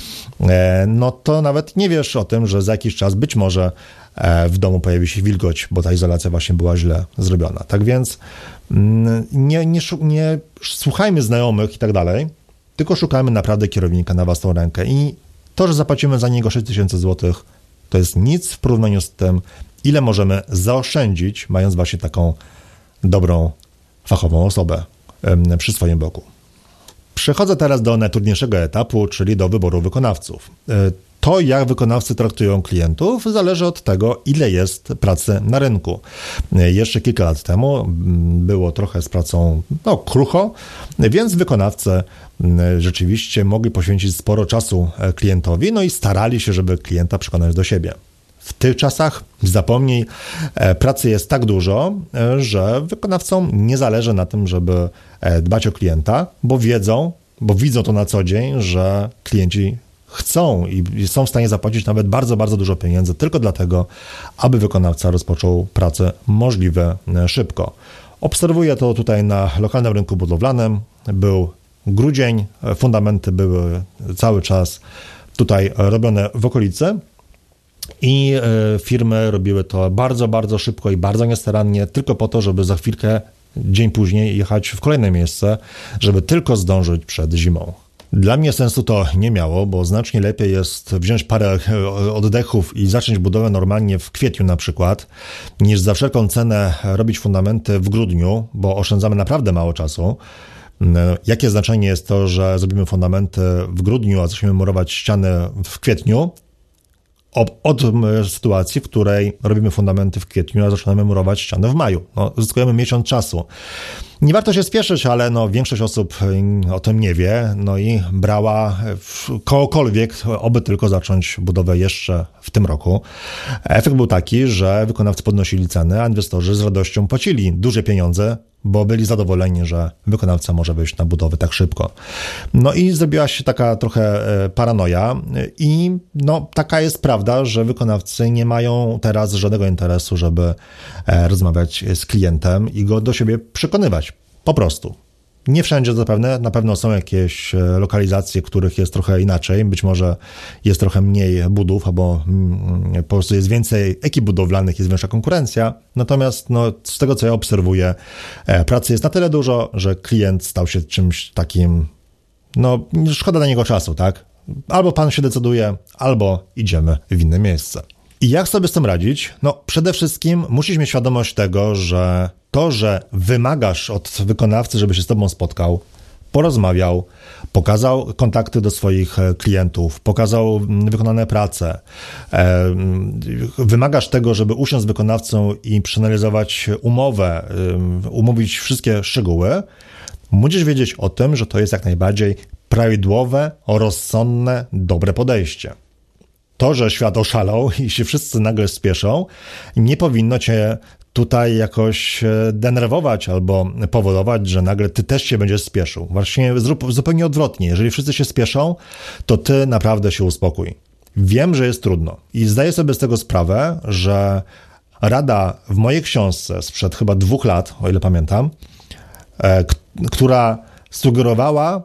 no to nawet nie wiesz o tym, że za jakiś czas być może w domu pojawi się wilgoć, bo ta izolacja właśnie była źle zrobiona. Tak więc nie, nie, nie słuchajmy znajomych i tak dalej, tylko szukajmy naprawdę kierownika na własną rękę i to, że zapłacimy za niego sześć tysięcy złotych, to jest nic w porównaniu z tym, ile możemy zaoszczędzić, mając właśnie taką dobrą, fachową osobę przy swoim boku. Przechodzę teraz do najtrudniejszego etapu, czyli do wyboru wykonawców. To, jak wykonawcy traktują klientów, zależy od tego, ile jest pracy na rynku. Jeszcze kilka lat temu było trochę z pracą no, krucho, więc wykonawcy rzeczywiście mogli poświęcić sporo czasu klientowi, no i starali się, żeby klienta przekonać do siebie. w tych czasach, zapomnij, pracy jest tak dużo, że wykonawcom nie zależy na tym, żeby dbać o klienta, bo wiedzą, bo widzą to na co dzień, że klienci chcą i są w stanie zapłacić nawet bardzo, bardzo dużo pieniędzy tylko dlatego, aby wykonawca rozpoczął pracę możliwie szybko. Obserwuję to tutaj na lokalnym rynku budowlanym. Był grudzień, fundamenty były cały czas tutaj robione w okolicy i firmy robiły to bardzo, bardzo szybko i bardzo niestarannie, tylko po to, żeby za chwilkę, dzień później jechać w kolejne miejsce, żeby tylko zdążyć przed zimą. Dla mnie sensu to nie miało, bo znacznie lepiej jest wziąć parę oddechów i zacząć budowę normalnie w kwietniu na przykład, niż za wszelką cenę robić fundamenty w grudniu, bo oszczędzamy naprawdę mało czasu. Jakie znaczenie jest to, że zrobimy fundamenty w grudniu, a zaczniemy murować ściany w kwietniu, od sytuacji, w której robimy fundamenty w kwietniu, a zaczynamy murować ściany w maju. No, zyskujemy miesiąc czasu. Nie warto się spieszyć, ale no, większość osób o tym nie wie, no i brała kogokolwiek, oby tylko zacząć budowę jeszcze w tym roku. Efekt był taki, że wykonawcy podnosili ceny, a inwestorzy z radością płacili duże pieniądze, bo byli zadowoleni, że wykonawca może wyjść na budowę tak szybko. No i zrobiła się taka trochę paranoja i no taka jest prawda, że wykonawcy nie mają teraz żadnego interesu, żeby rozmawiać z klientem i go do siebie przekonywać. Po prostu. Nie wszędzie zapewne, na pewno są jakieś lokalizacje, w których jest trochę inaczej, być może jest trochę mniej budów, albo po prostu jest więcej ekip budowlanych, jest większa konkurencja, natomiast no, z tego, co ja obserwuję, pracy jest na tyle dużo, że klient stał się czymś takim, no szkoda na niego czasu, tak? Albo pan się decyduje, albo idziemy w inne miejsce. I jak sobie z tym radzić? No przede wszystkim musisz mieć świadomość tego, że to, że wymagasz od wykonawcy, żeby się z tobą spotkał, porozmawiał, pokazał kontakty do swoich klientów, pokazał wykonane prace, wymagasz tego, żeby usiąść z wykonawcą i przeanalizować umowę, umówić wszystkie szczegóły, musisz wiedzieć o tym, że to jest jak najbardziej prawidłowe, rozsądne, dobre podejście. To, że świat oszalał i się wszyscy nagle spieszą, nie powinno cię tutaj jakoś denerwować albo powodować, że nagle ty też się będziesz spieszył. Właśnie zrób zupełnie odwrotnie. Jeżeli wszyscy się spieszą, to ty naprawdę się uspokój. Wiem, że jest trudno i zdaję sobie z tego sprawę, że rada w mojej książce sprzed chyba dwóch lat, o ile pamiętam, k- która sugerowała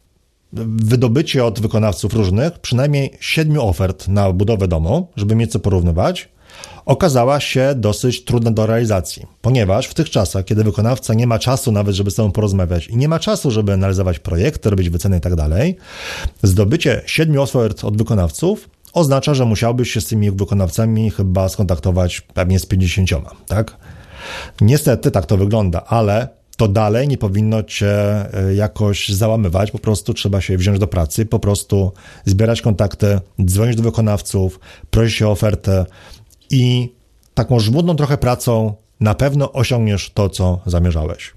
wydobycie od wykonawców różnych przynajmniej siedmiu ofert na budowę domu, żeby mieć co porównywać, okazała się dosyć trudna do realizacji, ponieważ w tych czasach, kiedy wykonawca nie ma czasu nawet, żeby z tobą porozmawiać i nie ma czasu, żeby analizować projekty, robić wyceny i tak dalej, zdobycie siedmiu ofert od wykonawców oznacza, że musiałbyś się z tymi wykonawcami chyba skontaktować pewnie z pięćdziesięcioma, tak? Niestety tak to wygląda, ale to dalej nie powinno cię jakoś załamywać, po prostu trzeba się wziąć do pracy, po prostu zbierać kontakty, dzwonić do wykonawców, prosić o ofertę i taką żmudną trochę pracą na pewno osiągniesz to, co zamierzałeś.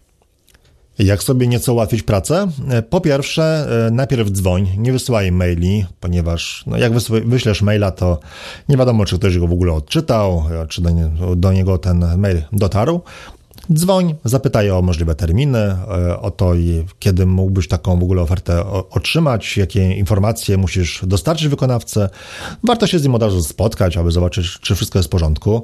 Jak sobie nieco ułatwić pracę? Po pierwsze, najpierw dzwoń, nie wysyłaj maili, ponieważ no jak wyślesz maila, to nie wiadomo, czy ktoś go w ogóle odczytał, czy do, nie, do niego ten mail dotarł. Dzwoń, zapytaj o możliwe terminy, o to, kiedy mógłbyś taką w ogóle ofertę otrzymać, jakie informacje musisz dostarczyć wykonawcy. Warto się z nim od razu spotkać, aby zobaczyć, czy wszystko jest w porządku.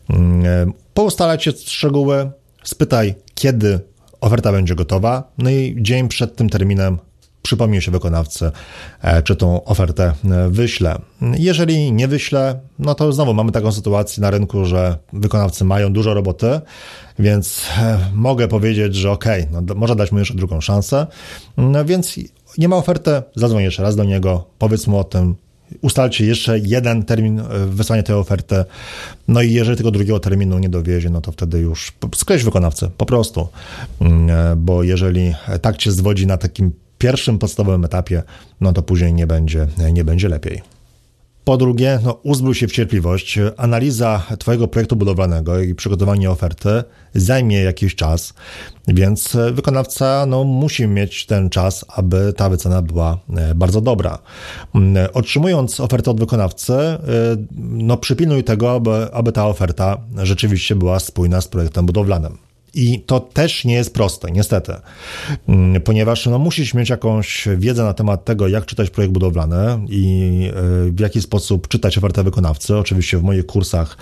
Poustalać się szczegóły, spytaj, kiedy oferta będzie gotowa, no i dzień przed tym terminem przypomnij się wykonawcy, czy tą ofertę wyśle. Jeżeli nie wyśle, no to znowu mamy taką sytuację na rynku, że wykonawcy mają dużo roboty, więc mogę powiedzieć, że okej, okay, no może dać mu jeszcze drugą szansę, no więc nie ma oferty, zadzwoń jeszcze raz do niego, powiedz mu o tym, ustalcie jeszcze jeden termin wysłania tej oferty, no i jeżeli tego drugiego terminu nie dowiezie, no to wtedy już skreś wykonawcę, po prostu, bo jeżeli tak cię zwodzi na takim pierwszym podstawowym etapie, no to później nie będzie, nie będzie lepiej. Po drugie, no, uzbrój się w cierpliwość. Analiza twojego projektu budowlanego i przygotowanie oferty zajmie jakiś czas, więc wykonawca no, musi mieć ten czas, aby ta wycena była bardzo dobra. Otrzymując ofertę od wykonawcy, no, przypilnuj tego, aby, aby ta oferta rzeczywiście była spójna z projektem budowlanym. I to też nie jest proste, niestety, ponieważ no, musisz mieć jakąś wiedzę na temat tego, jak czytać projekt budowlany i w jaki sposób czytać ofertę wykonawcy. Oczywiście w moich kursach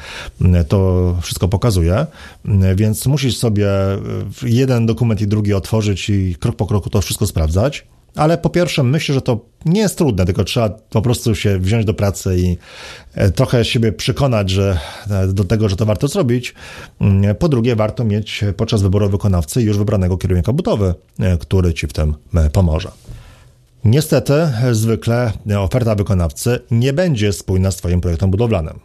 to wszystko pokazuję, więc musisz sobie jeden dokument i drugi otworzyć i krok po kroku to wszystko sprawdzać. Ale po pierwsze myślę, że to nie jest trudne, tylko trzeba po prostu się wziąć do pracy i trochę siebie przekonać, że do tego, że to warto zrobić. Po drugie, warto mieć podczas wyboru wykonawcy już wybranego kierownika budowy, który ci w tym pomoże. Niestety, zwykle oferta wykonawcy nie będzie spójna z twoim projektem budowlanym.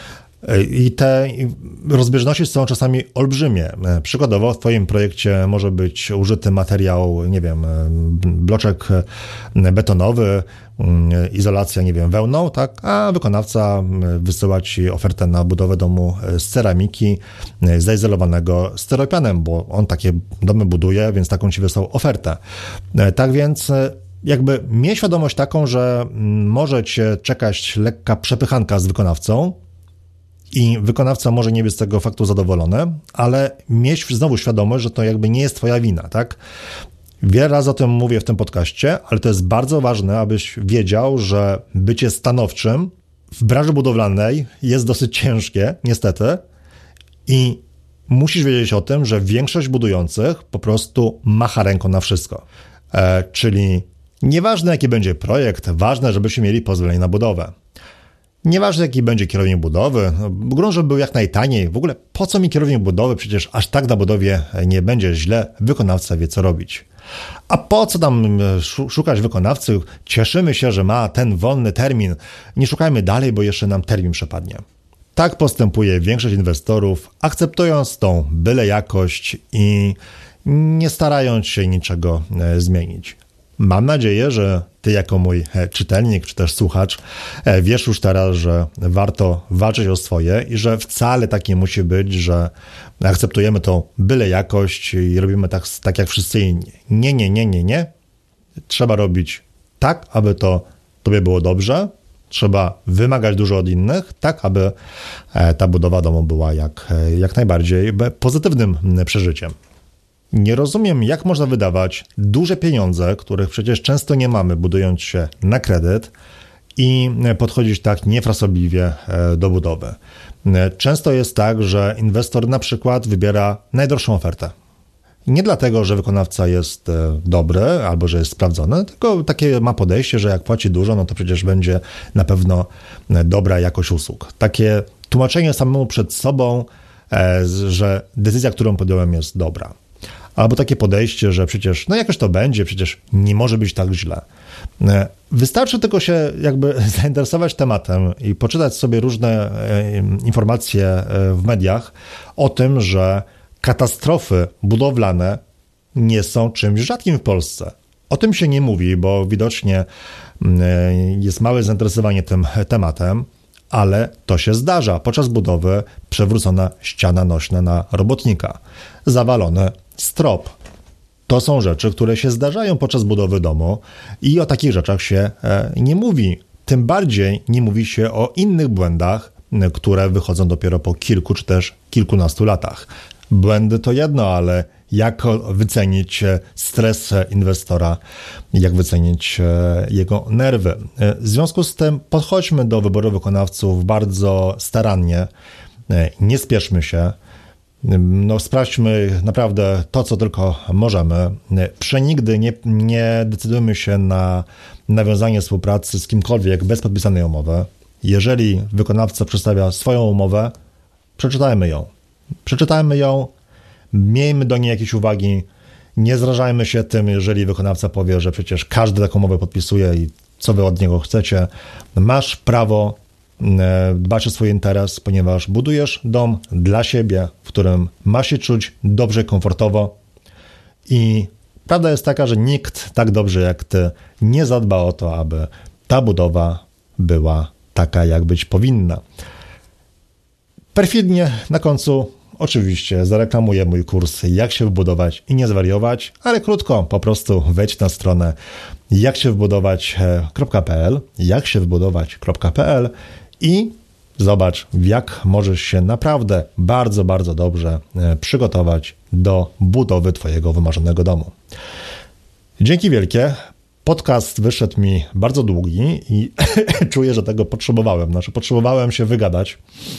I te rozbieżności są czasami olbrzymie. Przykładowo w twoim projekcie może być użyty materiał, nie wiem, bloczek betonowy, izolacja, nie wiem, wełną, tak, a wykonawca wysyła ci ofertę na budowę domu z ceramiki zaizolowanego styropianem, bo on takie domy buduje, więc taką ci wysłał ofertę. Tak więc jakby miej świadomość taką, że może cię czekać lekka przepychanka z wykonawcą, i wykonawca może nie być z tego faktu zadowolony, ale mieć znowu świadomość, że to jakby nie jest twoja wina, tak? Wiele razy o tym mówię w tym podcaście, ale to jest bardzo ważne, abyś wiedział, że bycie stanowczym w branży budowlanej jest dosyć ciężkie, niestety, i musisz wiedzieć o tym, że większość budujących po prostu macha ręką na wszystko. E, czyli nieważne jaki będzie projekt, ważne, żebyśmy mieli pozwolenie na budowę. Nieważne jaki będzie kierownik budowy, grunt, żeby był jak najtaniej. W ogóle po co mi kierownik budowy? Przecież aż tak na budowie nie będzie źle. Wykonawca wie co robić. A po co tam szukać wykonawcy? Cieszymy się, że ma ten wolny termin. Nie szukajmy dalej, bo jeszcze nam termin przepadnie. Tak postępuje większość inwestorów, akceptując tą byle jakość i nie starając się niczego zmienić. Mam nadzieję, że ty jako mój czytelnik, czy też słuchacz wiesz już teraz, że warto walczyć o swoje i że wcale tak nie musi być, że akceptujemy tą byle jakość i robimy tak, tak jak wszyscy inni. Nie, nie, nie, nie, nie. Trzeba robić tak, aby to tobie było dobrze. Trzeba wymagać dużo od innych, tak aby ta budowa domu była jak, jak najbardziej pozytywnym przeżyciem. Nie rozumiem, jak można wydawać duże pieniądze, których przecież często nie mamy, budując się na kredyt i podchodzić tak niefrasobliwie do budowy. Często jest tak, że inwestor na przykład wybiera najdroższą ofertę. Nie dlatego, że wykonawca jest dobry albo że jest sprawdzony, tylko takie ma podejście, że jak płaci dużo, no to przecież będzie na pewno dobra jakość usług. Takie tłumaczenie samemu przed sobą, że decyzja, którą podjąłem, jest dobra. Albo takie podejście, że przecież, no jakoś to będzie, przecież nie może być tak źle. Wystarczy tylko się jakby zainteresować tematem i poczytać sobie różne informacje w mediach o tym, że katastrofy budowlane nie są czymś rzadkim w Polsce. O tym się nie mówi, bo widocznie jest małe zainteresowanie tym tematem, ale to się zdarza. Podczas budowy przewrócona ściana nośna na robotnika, zawalony strop. To są rzeczy, które się zdarzają podczas budowy domu i o takich rzeczach się nie mówi. Tym bardziej nie mówi się o innych błędach, które wychodzą dopiero po kilku czy też kilkunastu latach. Błędy to jedno, ale jak wycenić stres inwestora, jak wycenić jego nerwy. W związku z tym podchodźmy do wyboru wykonawców bardzo starannie, nie spieszmy się, no sprawdźmy naprawdę to, co tylko możemy. Przenigdy nie, nie decydujmy się na nawiązanie współpracy z kimkolwiek bez podpisanej umowy. Jeżeli wykonawca przedstawia swoją umowę, przeczytajmy ją. Przeczytajmy ją, miejmy do niej jakieś uwagi, nie zrażajmy się tym, jeżeli wykonawca powie, że przecież każdy taką umowę podpisuje i co wy od niego chcecie. Masz prawo dbać o swój interes, ponieważ budujesz dom dla siebie, w którym ma się czuć dobrze, komfortowo i prawda jest taka, że nikt tak dobrze jak ty nie zadba o to, aby ta budowa była taka, jak być powinna. Perfidnie na końcu oczywiście zareklamuję mój kurs Jak się wbudować i nie zwariować, ale krótko, po prostu wejdź na stronę jak się wbudować kropka p l, jak się wbudować kropka p l i zobacz, jak możesz się naprawdę bardzo, bardzo dobrze przygotować do budowy twojego wymarzonego domu. Dzięki wielkie. Podcast wyszedł mi bardzo długi i czuję, że tego potrzebowałem. Znaczy, potrzebowałem się wygadać,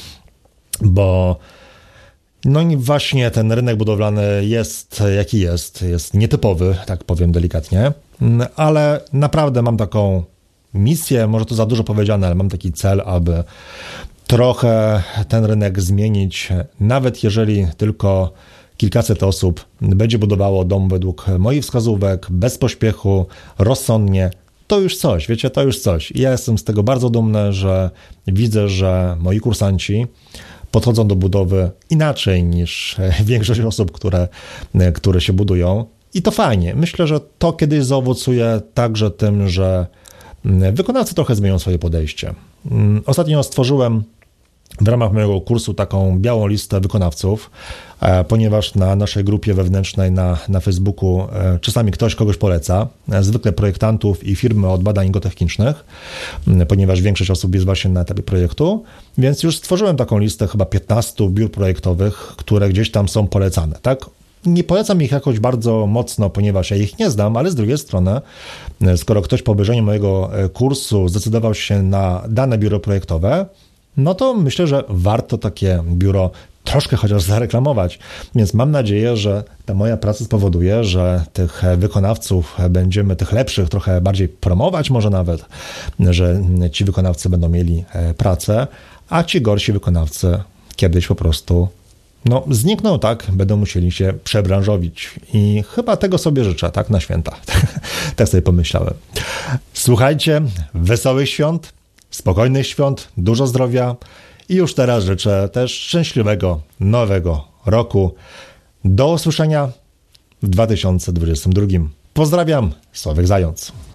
bo no i właśnie ten rynek budowlany jest jaki jest, jest nietypowy, tak powiem delikatnie, ale naprawdę mam taką misję, może to za dużo powiedziane, ale mam taki cel, aby trochę ten rynek zmienić, nawet jeżeli tylko kilkaset osób będzie budowało dom według moich wskazówek, bez pośpiechu, rozsądnie, to już coś, wiecie, to już coś. I ja jestem z tego bardzo dumny, że widzę, że moi kursanci podchodzą do budowy inaczej niż większość osób, które, które się budują. I to fajnie. Myślę, że to kiedyś zaowocuje także tym, że wykonawcy trochę zmienią swoje podejście. Ostatnio stworzyłem w ramach mojego kursu taką białą listę wykonawców, ponieważ na naszej grupie wewnętrznej na, na Facebooku czasami ktoś kogoś poleca, zwykle projektantów i firmy od badań geotechnicznych, ponieważ większość osób jest właśnie na etapie projektu, więc już stworzyłem taką listę chyba piętnastu biur projektowych, które gdzieś tam są polecane, tak? Nie polecam ich jakoś bardzo mocno, ponieważ ja ich nie znam, ale z drugiej strony, skoro ktoś po obejrzeniu mojego kursu zdecydował się na dane biuro projektowe, no to myślę, że warto takie biuro troszkę chociaż zareklamować. Więc mam nadzieję, że ta moja praca spowoduje, że tych wykonawców będziemy, tych lepszych, trochę bardziej promować może nawet, że ci wykonawcy będą mieli pracę, a ci gorsi wykonawcy kiedyś po prostu no, znikną, tak, będą musieli się przebranżowić. I chyba tego sobie życzę, tak, na święta. Tak sobie pomyślałem. Słuchajcie, wesołych świąt, spokojnych świąt, dużo zdrowia i już teraz życzę też szczęśliwego nowego roku. Do usłyszenia w dwa tysiące dwudziestym drugim. Pozdrawiam, Sławek Zając.